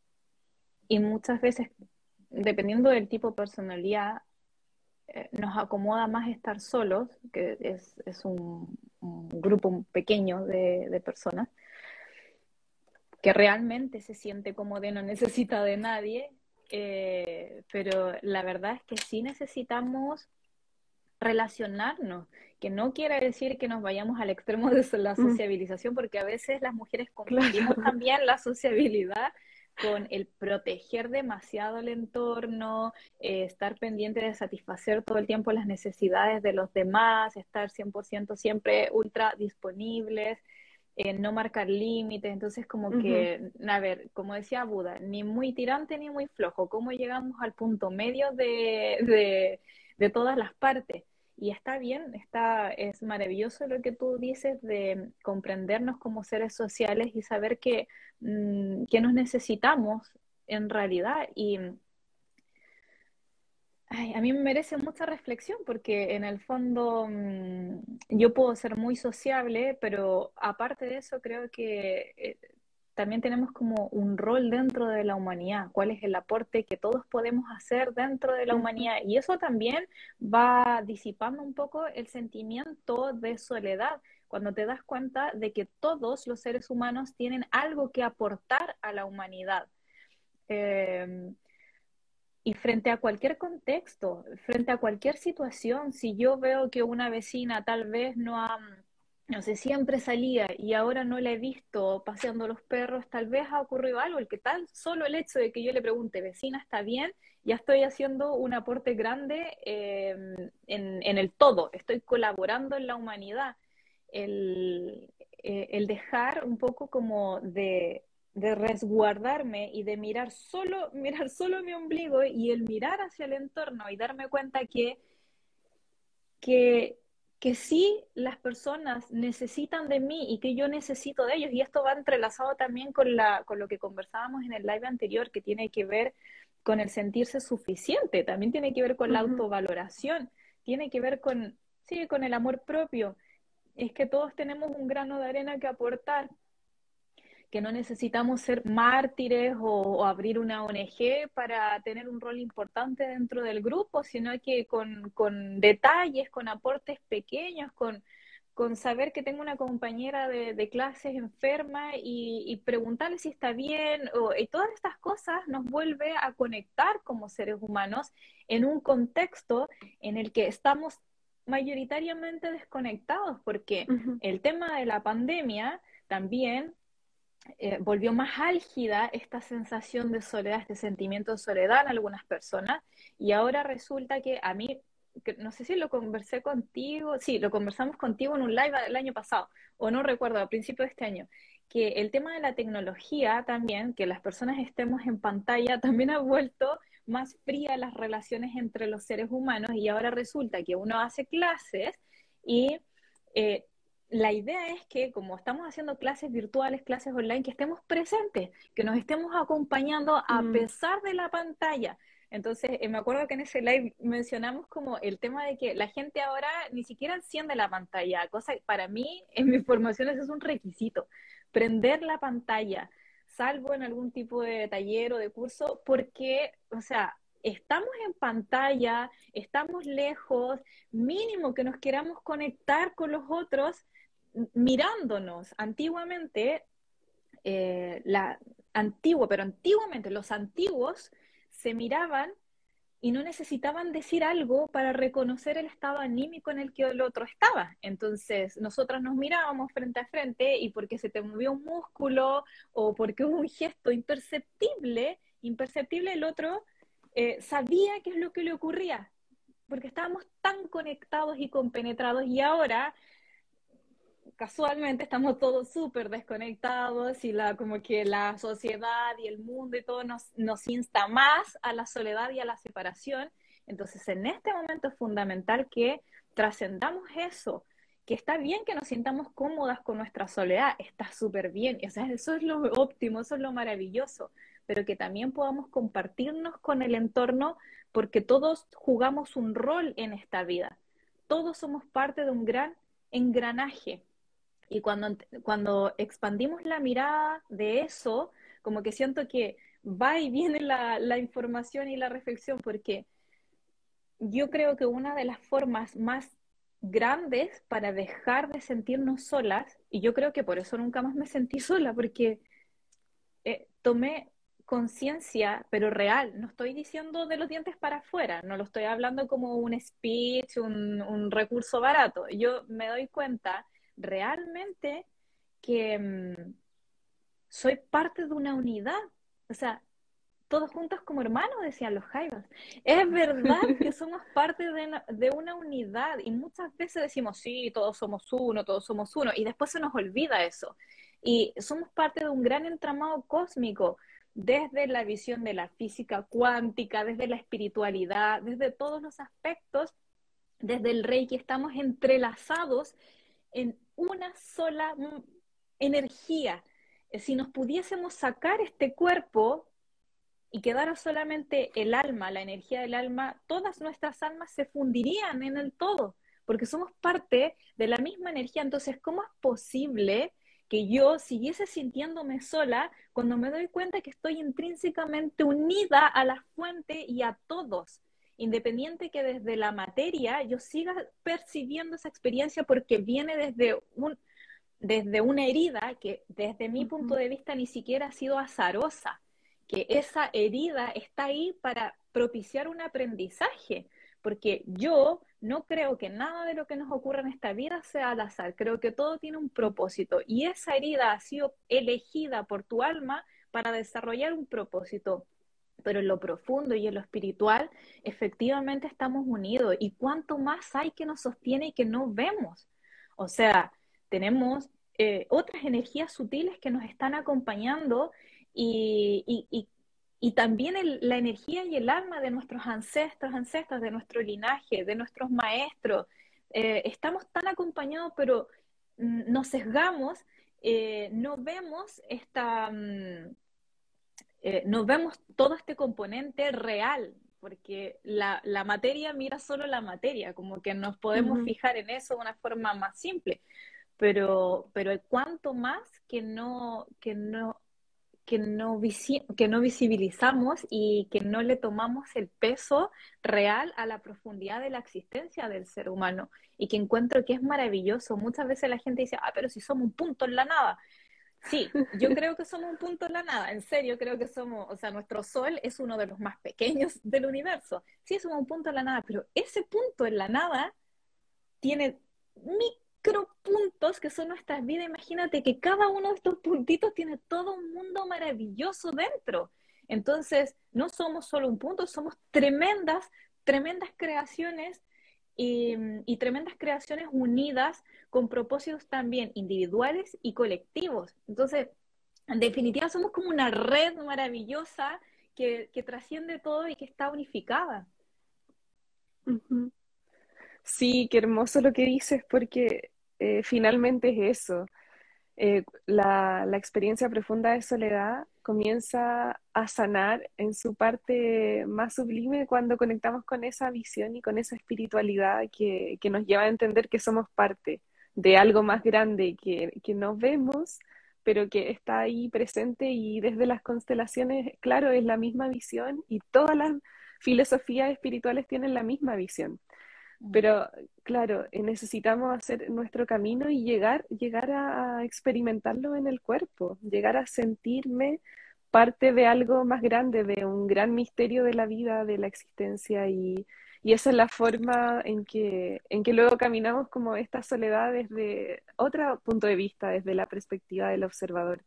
y muchas veces, dependiendo del tipo de personalidad, nos acomoda más estar solos, que es un grupo pequeño de personas, que realmente se siente cómodo y no necesita de nadie, pero la verdad es que sí necesitamos relacionarnos, que no quiere decir que nos vayamos al extremo de la Mm, sociabilización, porque a veces las mujeres confundimos claro. también la sociabilidad con el proteger demasiado el entorno, estar pendiente de satisfacer todo el tiempo las necesidades de los demás, estar 100% siempre ultra disponibles, no marcar límites. Entonces como Ujú. que, a ver, como decía Buda, ni muy tirante ni muy flojo, ¿cómo llegamos al punto medio de todas las partes? Y está bien, es maravilloso lo que tú dices de comprendernos como seres sociales y saber que nos necesitamos en realidad. Y ay, a mí me merece mucha reflexión porque en el fondo yo puedo ser muy sociable, pero aparte de eso creo que también tenemos como un rol dentro de la humanidad, cuál es el aporte que todos podemos hacer dentro de la Ujú. humanidad. Y eso también va disipando un poco el sentimiento de soledad, cuando te das cuenta de que todos los seres humanos tienen algo que aportar a la humanidad. Eh, y frente a cualquier contexto, frente a cualquier situación, si yo veo que una vecina tal vez no sé, siempre salía y ahora no la he visto paseando los perros, tal vez ha ocurrido algo, el que tal, solo el hecho de que yo le pregunte, vecina, ¿está bien? Ya estoy haciendo un aporte grande en el todo, estoy colaborando en la humanidad. El dejar un poco como de resguardarme y de mirar solo mi ombligo y el mirar hacia el entorno y darme cuenta que, que sí las personas necesitan de mí y que yo necesito de ellos. Y esto va entrelazado también con lo que conversábamos en el live anterior, que tiene que ver con el sentirse suficiente, también tiene que ver con la Ujú, autovaloración, tiene que ver con, sí, con el amor propio. Es que todos tenemos un grano de arena que aportar, que no necesitamos ser mártires o abrir una ONG para tener un rol importante dentro del grupo, sino que con detalles, con aportes pequeños, con saber que tengo una compañera de clases enferma y preguntarle si está bien, y todas estas cosas nos vuelve a conectar como seres humanos en un contexto en el que estamos mayoritariamente desconectados, porque ujú, el tema de la pandemia también volvió más álgida esta sensación de soledad, este sentimiento de soledad en algunas personas, y ahora resulta que a mí, que no sé si lo conversé contigo, sí, lo conversamos contigo en un live el año pasado, o no recuerdo, a principio de este año, que el tema de la tecnología también, que las personas estemos en pantalla, también ha vuelto más fría las relaciones entre los seres humanos y ahora resulta que uno hace clases y eh, la idea es que como estamos haciendo clases virtuales, clases online, que estemos presentes, que nos estemos acompañando a mm, pesar de la pantalla. Entonces, me acuerdo que en ese live mencionamos como el tema de que la gente ahora ni siquiera enciende la pantalla, cosa que para mí en mis formaciones es un requisito, prender la pantalla, salvo en algún tipo de taller o de curso, porque, o sea, estamos en pantalla, estamos lejos, mínimo que nos queramos conectar con los otros mirándonos. Antiguamente, pero antiguamente los antiguos se miraban y no necesitaban decir algo para reconocer el estado anímico en el que el otro estaba. Entonces, nosotras nos mirábamos frente a frente y porque se te movió un músculo o porque hubo un gesto imperceptible, el otro sabía qué es lo que le ocurría, porque estábamos tan conectados y compenetrados y ahora casualmente estamos todos súper desconectados y como que la sociedad y el mundo y todo nos insta más a la soledad y a la separación. Entonces, en este momento es fundamental que trascendamos eso, que está bien que nos sintamos cómodas con nuestra soledad, está súper bien, o sea, eso es lo óptimo, eso es lo maravilloso, pero que también podamos compartirnos con el entorno porque todos jugamos un rol en esta vida, todos somos parte de un gran engranaje y cuando expandimos la mirada de eso, como que siento que va y viene la información y la reflexión, porque yo creo que una de las formas más grandes para dejar de sentirnos solas, y yo creo que por eso nunca más me sentí sola, porque tomé conciencia, pero real, no estoy diciendo de los dientes para afuera, no lo estoy hablando como un speech, un recurso barato. Yo me doy cuenta realmente que soy parte de una unidad. O sea, todos juntos como hermanos, decían los jaivas. Es verdad que somos parte de una unidad y muchas veces decimos, sí, todos somos uno, y después se nos olvida eso. Y somos parte de un gran entramado cósmico, desde la visión de la física cuántica, desde la espiritualidad, desde todos los aspectos, desde el Reiki, estamos entrelazados en una sola energía. Si nos pudiésemos sacar este cuerpo y quedara solamente el alma, la energía del alma, todas nuestras almas se fundirían en el todo, porque somos parte de la misma energía. Entonces, ¿cómo es posible que yo siguiese sintiéndome sola cuando me doy cuenta que estoy intrínsecamente unida a la fuente y a todos? Independiente que desde la materia yo siga percibiendo esa experiencia porque viene desde una herida que desde mi punto ujú, de vista ni siquiera ha sido azarosa, que esa herida está ahí para propiciar un aprendizaje, porque yo no creo que nada de lo que nos ocurra en esta vida sea al azar, creo que todo tiene un propósito y esa herida ha sido elegida por tu alma para desarrollar un propósito. Pero en lo profundo y en lo espiritual, efectivamente estamos unidos. ¿Y cuánto más hay que nos sostiene y que no vemos? O sea, tenemos otras energías sutiles que nos están acompañando y, y, y, y también la energía y el alma de nuestros ancestros, ancestras, de nuestro linaje, de nuestros maestros. Estamos tan acompañados, pero nos sesgamos, no vemos no vemos todo este componente real, porque la materia mira solo la materia, como que nos podemos Ujú, fijar en eso de una forma más simple, pero hay cuanto más que no visibilizamos y que no le tomamos el peso real a la profundidad de la existencia del ser humano y que encuentro que es maravilloso. Muchas veces la gente dice, ah, pero si somos un punto en la nada. Sí, yo creo que somos un punto en la nada, en serio creo que somos, o sea, nuestro Sol es uno de los más pequeños del universo. Sí, somos un punto en la nada, pero ese punto en la nada tiene micropuntos que son nuestras vidas. Imagínate que cada uno de estos puntitos tiene todo un mundo maravilloso dentro. Entonces, no somos solo un punto, somos tremendas, tremendas creaciones y tremendas creaciones unidas con propósitos también individuales y colectivos. Entonces, en definitiva, somos como una red maravillosa que trasciende todo y que está unificada. ujú. Sí, qué hermoso lo que dices, porque finalmente es eso. La experiencia profunda de soledad comienza a sanar en su parte más sublime cuando conectamos con esa visión y con esa espiritualidad que nos lleva a entender que somos parte de algo más grande que no vemos, pero que está ahí presente y desde las constelaciones, claro, es la misma visión y todas las filosofías espirituales tienen la misma visión. Mm. Pero claro, necesitamos hacer nuestro camino y llegar a experimentarlo en el cuerpo, llegar a sentirme parte de algo más grande, de un gran misterio de la vida, de la existencia y esa es la forma en que luego caminamos como esta soledad desde otro punto de vista, desde la perspectiva del observador.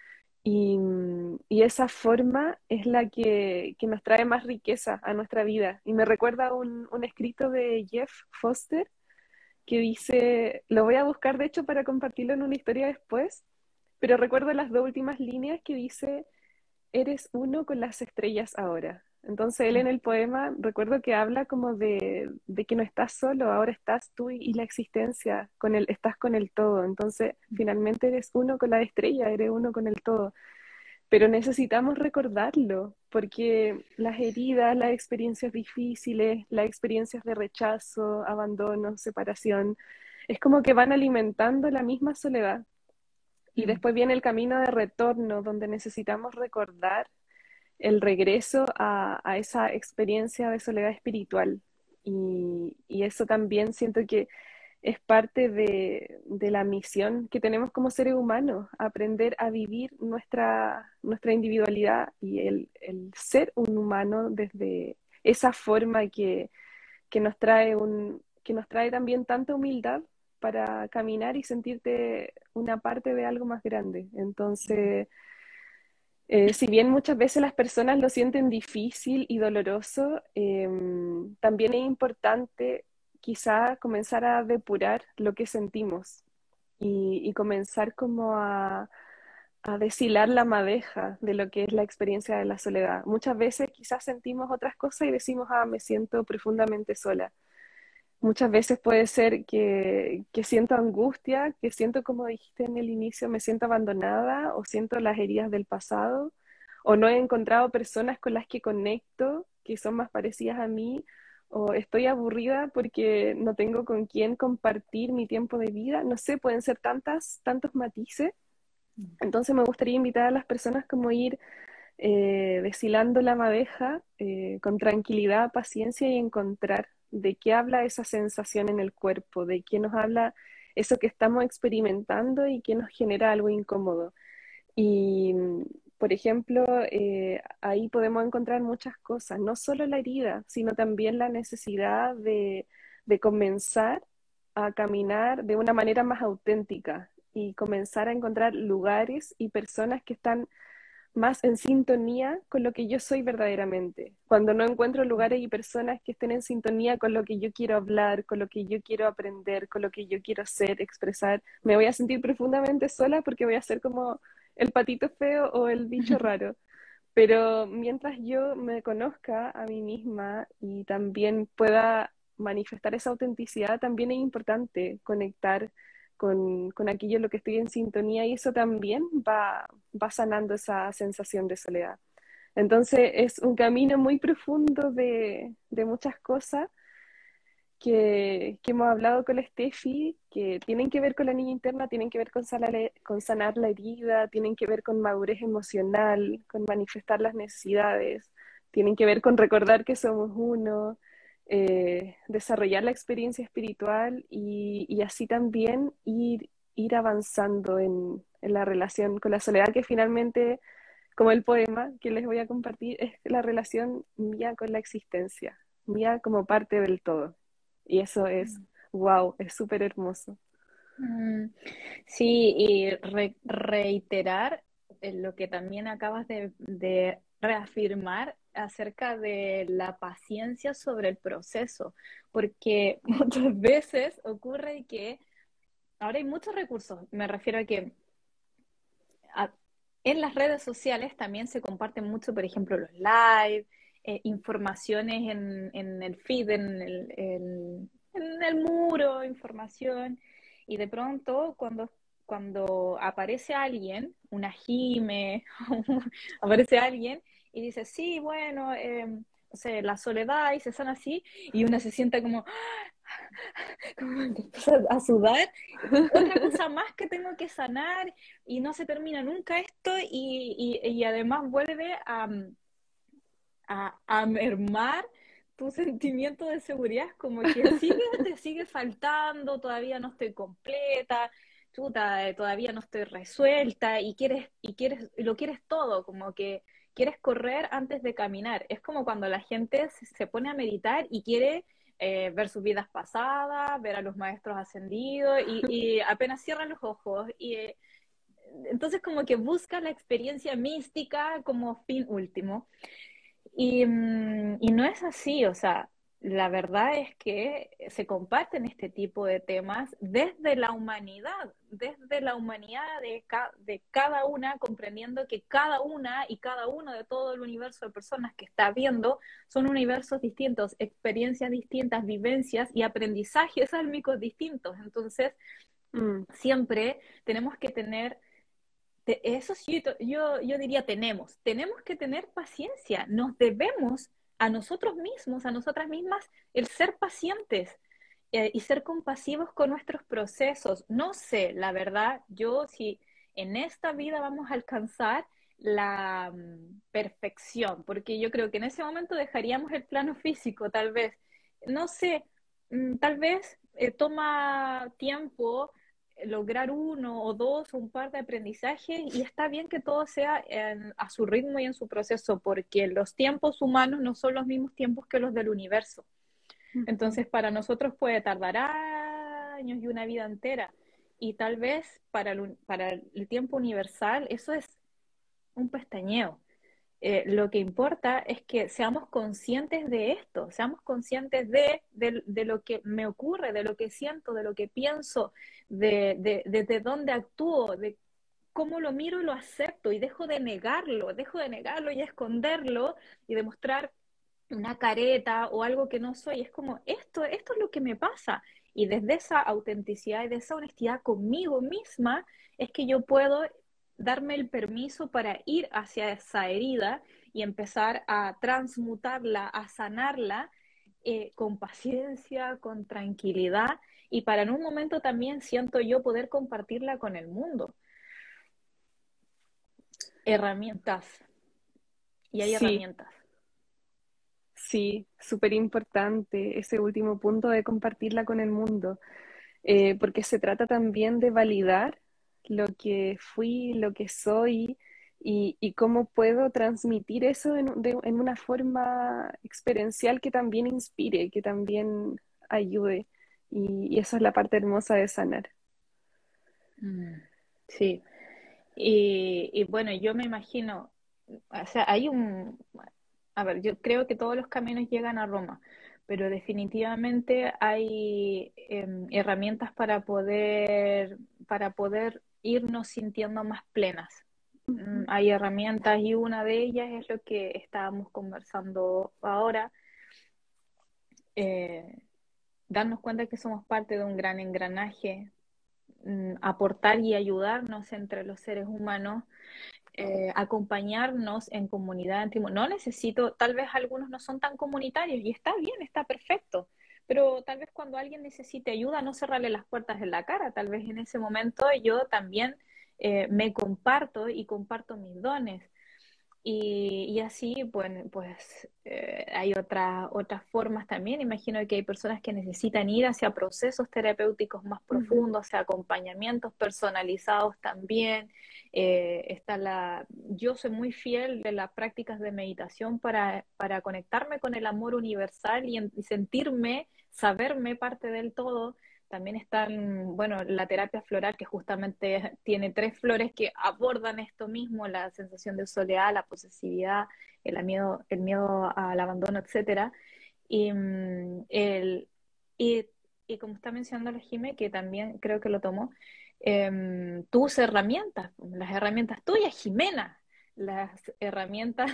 Y esa forma es la que nos trae más riqueza a nuestra vida. Y me recuerda un escrito de Jeff Foster que dice, lo voy a buscar de hecho para compartirlo en una historia después, pero recuerdo las dos últimas líneas que dice, eres uno con las estrellas ahora. Entonces él en el poema recuerdo que habla como de que no estás solo, ahora estás tú y la existencia, estás con el todo. Entonces finalmente eres uno con la estrella, eres uno con el todo, pero necesitamos recordarlo, porque las heridas, las experiencias difíciles, las experiencias de rechazo, abandono, separación, es como que van alimentando la misma soledad. Y Mm. después viene el camino de retorno, donde necesitamos recordar el regreso a esa experiencia de soledad espiritual. Y eso también siento que es parte de la misión que tenemos como seres humanos, aprender a vivir nuestra individualidad y el ser un humano desde esa forma que nos trae que nos trae también tanta humildad para caminar y sentirte una parte de algo más grande. Entonces, si bien muchas veces las personas lo sienten difícil y doloroso, también es importante quizá comenzar a depurar lo que sentimos y comenzar como a deshilar la madeja de lo que es la experiencia de la soledad. Muchas veces quizás sentimos otras cosas y decimos, ah, me siento profundamente sola. Muchas veces puede ser que siento angustia, que siento, como dijiste en el inicio, me siento abandonada o siento las heridas del pasado, o no he encontrado personas con las que conecto, que son más parecidas a mí, o estoy aburrida porque no tengo con quién compartir mi tiempo de vida. No sé, pueden ser tantos matices. Mm. Entonces me gustaría invitar a las personas como ir deshilando la madeja con tranquilidad, paciencia y encontrar de qué habla esa sensación en el cuerpo, de qué nos habla eso que estamos experimentando y que nos genera algo incómodo. Y, por ejemplo, ahí podemos encontrar muchas cosas, no solo la herida, sino también la necesidad de comenzar a caminar de una manera más auténtica y comenzar a encontrar lugares y personas que están más en sintonía con lo que yo soy verdaderamente. Cuando no encuentro lugares y personas que estén en sintonía con lo que yo quiero hablar, con lo que yo quiero aprender, con lo que yo quiero ser, expresar, me voy a sentir profundamente sola porque voy a ser como el patito feo o el bicho raro. Pero mientras yo me conozca a mí misma y también pueda manifestar esa autenticidad, también es importante conectar con aquello en lo que estoy en sintonía y eso también va sanando esa sensación de soledad. Entonces es un camino muy profundo de muchas cosas que hemos hablado con la Steffi, que tienen que ver con la niña interna, tienen que ver con sanar la herida, tienen que ver con madurez emocional, con manifestar las necesidades, tienen que ver con recordar que somos uno, desarrollar la experiencia espiritual y así también ir avanzando en la relación con la soledad, que finalmente, como el poema que les voy a compartir, es la relación mía con la existencia, mía como parte del todo. Y eso es, wow, es súper hermoso. Mm, sí, y reiterar lo que también acabas de reafirmar acerca de la paciencia sobre el proceso, porque muchas veces ocurre que ahora hay muchos recursos, me refiero a que a- en las redes sociales también se comparten mucho, por ejemplo, los live, informaciones en el feed, en el muro, información, y de pronto cuando aparece alguien, una Jime, aparece alguien y dice, sí, bueno, no sé, la soledad y se sana así, y una se sienta como que empieza a sudar, otra cosa más que tengo que sanar y no se termina nunca esto y además vuelve a mermar tu sentimiento de seguridad, como que te sigue faltando, todavía no estoy completa, chuta, todavía no estoy resuelta y lo quieres todo, como que quieres correr antes de caminar. Es como cuando la gente se pone a meditar y quiere ver sus vidas pasadas, ver a los maestros ascendidos y apenas cierra los ojos y entonces como que busca la experiencia mística como fin último. Y no es así, o sea, la verdad es que se comparten este tipo de temas desde la humanidad de cada una, comprendiendo que cada una y cada uno de todo el universo de personas que está viendo son universos distintos, experiencias distintas, vivencias y aprendizajes álmicos distintos. Entonces, Mm, siempre tenemos que tener eso sí, yo diría tenemos que tener paciencia, nos debemos a nosotros mismos, a nosotras mismas, el ser pacientes y ser compasivos con nuestros procesos. No sé, la verdad, yo si en esta vida vamos a alcanzar la perfección, porque yo creo que en ese momento dejaríamos el plano físico, tal vez. No sé, tal vez toma tiempo lograr uno o dos o un par de aprendizajes y está bien que todo sea a su ritmo y en su proceso, porque los tiempos humanos no son los mismos tiempos que los del universo. ujú. Entonces, para nosotros puede tardar años y una vida entera. Y tal vez para el tiempo universal eso es un pestañeo. Lo que importa es que seamos conscientes de esto, seamos conscientes de lo que me ocurre, de lo que siento, de lo que pienso, de dónde actúo, de cómo lo miro y lo acepto y dejo de negarlo y esconderlo y demostrar una careta o algo que no soy. Es como, esto es lo que me pasa. Y desde esa autenticidad y de esa honestidad conmigo misma es que yo puedo darme el permiso para ir hacia esa herida y empezar a transmutarla, a sanarla con paciencia, con tranquilidad y para en un momento también siento yo poder compartirla con el mundo. Herramientas. Y hay Sí, herramientas. sí, súper importante ese último punto de compartirla con el mundo, porque se trata también de validar lo que fui, lo que soy y cómo puedo transmitir eso en una forma experiencial que también inspire, que también ayude. Y esa es la parte hermosa de sanar. Mm, sí. Y bueno, yo me imagino, o sea, a ver, yo creo que todos los caminos llegan a Roma, pero definitivamente hay herramientas para poder irnos sintiendo más plenas. Ujú, Hay herramientas y una de ellas es lo que estábamos conversando ahora, eh, darnos cuenta que somos parte de un gran engranaje, aportar y ayudarnos entre los seres humanos, acompañarnos en comunidad. No necesito, tal vez algunos no son tan comunitarios y está bien, está perfecto, pero tal vez cuando alguien necesite ayuda, no cerrarle las puertas en la cara, tal vez en ese momento yo también me comparto y comparto mis dones. Y así, pues hay otras formas también. Imagino que hay personas que necesitan ir hacia procesos terapéuticos más ujú. profundos, hacia acompañamientos personalizados también. Yo soy muy fiel de las prácticas de meditación para conectarme con el amor universal y sentirme, saberme parte del todo. También están, bueno, la terapia floral, que justamente tiene 3 flores que abordan esto mismo: la sensación de soledad, la posesividad, el miedo al abandono, etcétera. Y, y, y como está mencionando la Jime, que también creo que lo tomó, tus herramientas, las herramientas tuyas, Jimena, las herramientas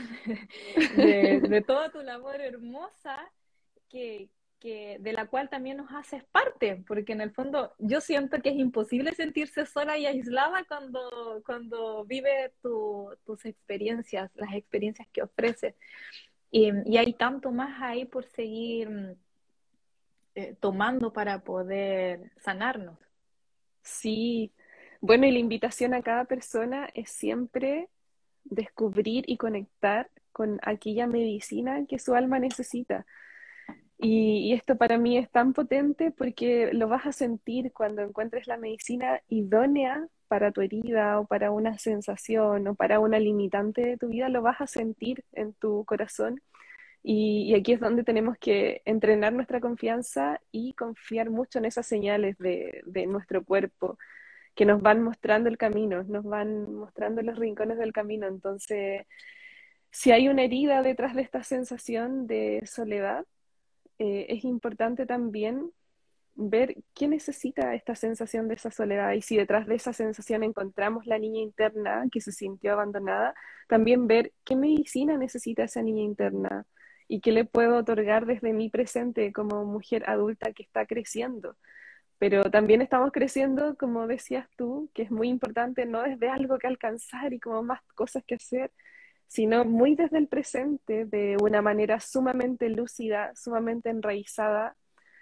de toda tu labor hermosa que, de la cual también nos haces parte, porque en el fondo yo siento que es imposible sentirse sola y aislada cuando vive tus experiencias, las experiencias que ofreces. Y hay tanto más ahí por seguir tomando para poder sanarnos. Sí, bueno, y la invitación a cada persona es siempre descubrir y conectar con aquella medicina que su alma necesita. Y esto para mí es tan potente porque lo vas a sentir cuando encuentres la medicina idónea para tu herida o para una sensación o para una limitante de tu vida, lo vas a sentir en tu corazón. Y aquí es donde tenemos que entrenar nuestra confianza y confiar mucho en esas señales de nuestro cuerpo que nos van mostrando el camino, nos van mostrando los rincones del camino. Entonces, si hay una herida detrás de esta sensación de soledad, es importante también ver qué necesita esta sensación de esa soledad y si detrás de esa sensación encontramos la niña interna que se sintió abandonada, también ver qué medicina necesita esa niña interna y qué le puedo otorgar desde mi presente como mujer adulta que está creciendo. Pero también estamos creciendo, como decías tú, que es muy importante, no desde algo que alcanzar y como más cosas que hacer, sino muy desde el presente, de una manera sumamente lúcida, sumamente enraizada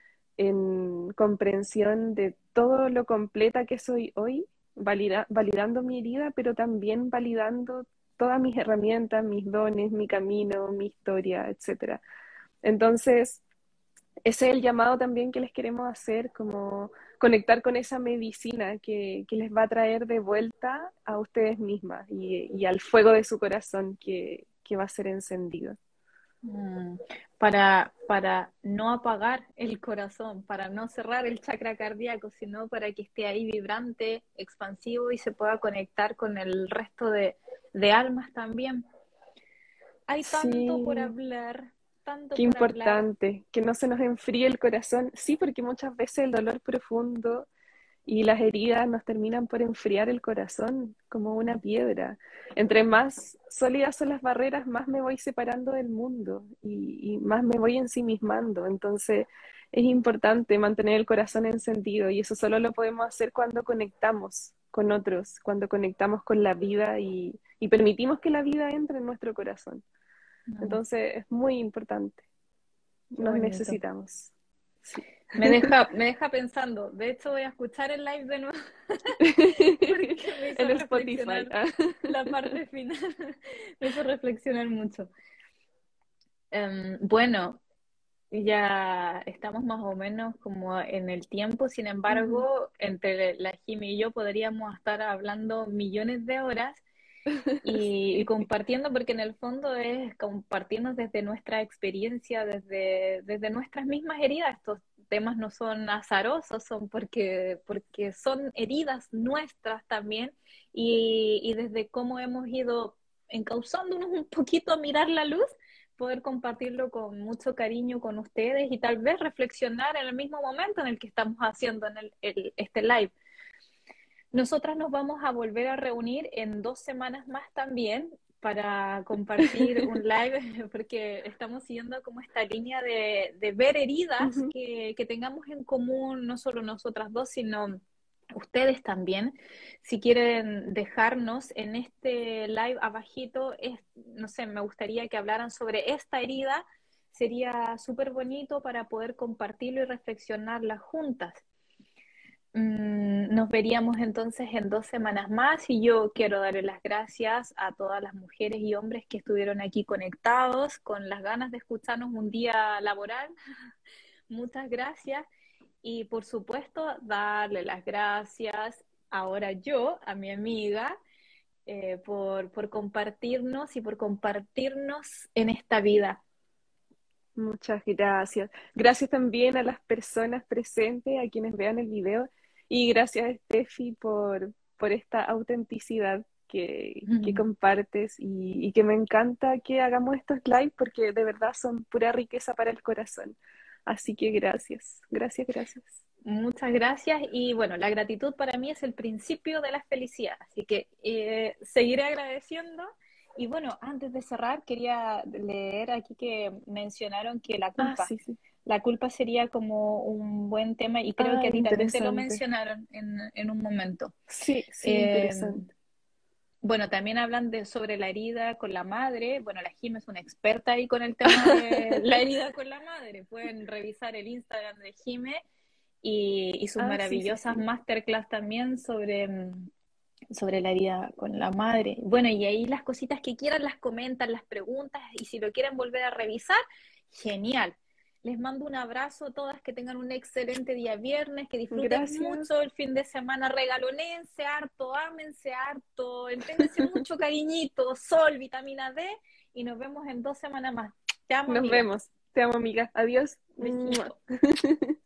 en comprensión de todo lo completa que soy hoy, validando mi herida, pero también validando todas mis herramientas, mis dones, mi camino, mi historia, etcétera. Entonces, ese es el llamado también que les queremos hacer, como conectar con esa medicina que les va a traer de vuelta a ustedes mismas y al fuego de su corazón que va a ser encendido. Mm, para no apagar el corazón, para no cerrar el chakra cardíaco, sino para que esté ahí vibrante, expansivo y se pueda conectar con el resto de almas también. Hay Sí, tanto qué por hablar. importante, que no se nos enfríe el corazón. Sí, porque muchas veces el dolor profundo y las heridas nos terminan por enfriar el corazón como una piedra. Entre más sólidas son las barreras, más me voy separando del mundo y más me voy ensimismando. Entonces es importante mantener el corazón encendido y eso solo lo podemos hacer cuando conectamos con otros, cuando conectamos con la vida y permitimos que la vida entre en nuestro corazón. Mm, Entonces es muy importante. qué Nos bonito. necesitamos. Sí. Me deja pensando. De hecho, voy a escuchar el live de nuevo porque me hizo En Spotify. reflexionar la parte final. Me hizo reflexionar mucho. Bueno, ya estamos más o menos como en el tiempo. Sin Ujú. embargo, entre la Jimmy y yo podríamos estar hablando millones de horas. y Sí, compartiendo, porque en el fondo es compartirnos desde nuestra experiencia, desde nuestras mismas heridas. Estos temas no son azarosos, son porque son heridas nuestras también, y desde cómo hemos ido encauzándonos un poquito a mirar la luz, poder compartirlo con mucho cariño con ustedes y tal vez reflexionar en el mismo momento en el que estamos haciendo este live. Nosotras nos vamos a volver a reunir en 2 semanas más también para compartir un live, porque estamos siguiendo como esta línea de ver heridas ujú. que tengamos en común, no solo nosotras dos, sino ustedes también. Si quieren dejarnos en este live abajito, no sé, me gustaría que hablaran sobre esta herida, sería súper bonito para poder compartirlo y reflexionarla juntas. Nos veríamos entonces en 2 semanas más y yo quiero darle las gracias a todas las mujeres y hombres que estuvieron aquí conectados con las ganas de escucharnos un día laboral. Muchas gracias y por supuesto darle las gracias ahora yo a mi amiga por compartirnos y por compartirnos en esta vida. Muchas gracias. Gracias también a las personas presentes, a quienes vean el video, y gracias, Steffi, por esta autenticidad que compartes y que me encanta que hagamos estos live porque de verdad son pura riqueza para el corazón. Así que gracias, gracias, gracias. Muchas gracias y bueno, la gratitud para mí es el principio de la felicidad, así que seguiré agradeciendo. Y bueno, antes de cerrar, quería leer aquí que mencionaron que Ah, sí, sí. la culpa sería como un buen tema y creo Ah, que a ti también te lo interesante. mencionaron en un momento. Sí, sí, Eh, interesante. bueno, también hablan sobre la herida con la madre. Bueno, la Jim es una experta ahí con el tema de la herida con la madre. Pueden revisar el Instagram de Jime y sus Ah, sí, sí, maravillosas sí. masterclass también sobre la herida con la madre. Bueno, y ahí las cositas que quieran las comentan, las preguntas, y si lo quieren volver a revisar, genial. Les mando un abrazo a todas, que tengan un excelente día viernes, que disfruten Gracias. mucho el fin de semana, regalonense harto, ámense harto, entréguense mucho cariñito, sol, vitamina D, y nos vemos en 2 semanas más. Te amo, Nos amiga. vemos. Te amo, amiga. Adiós. Besito.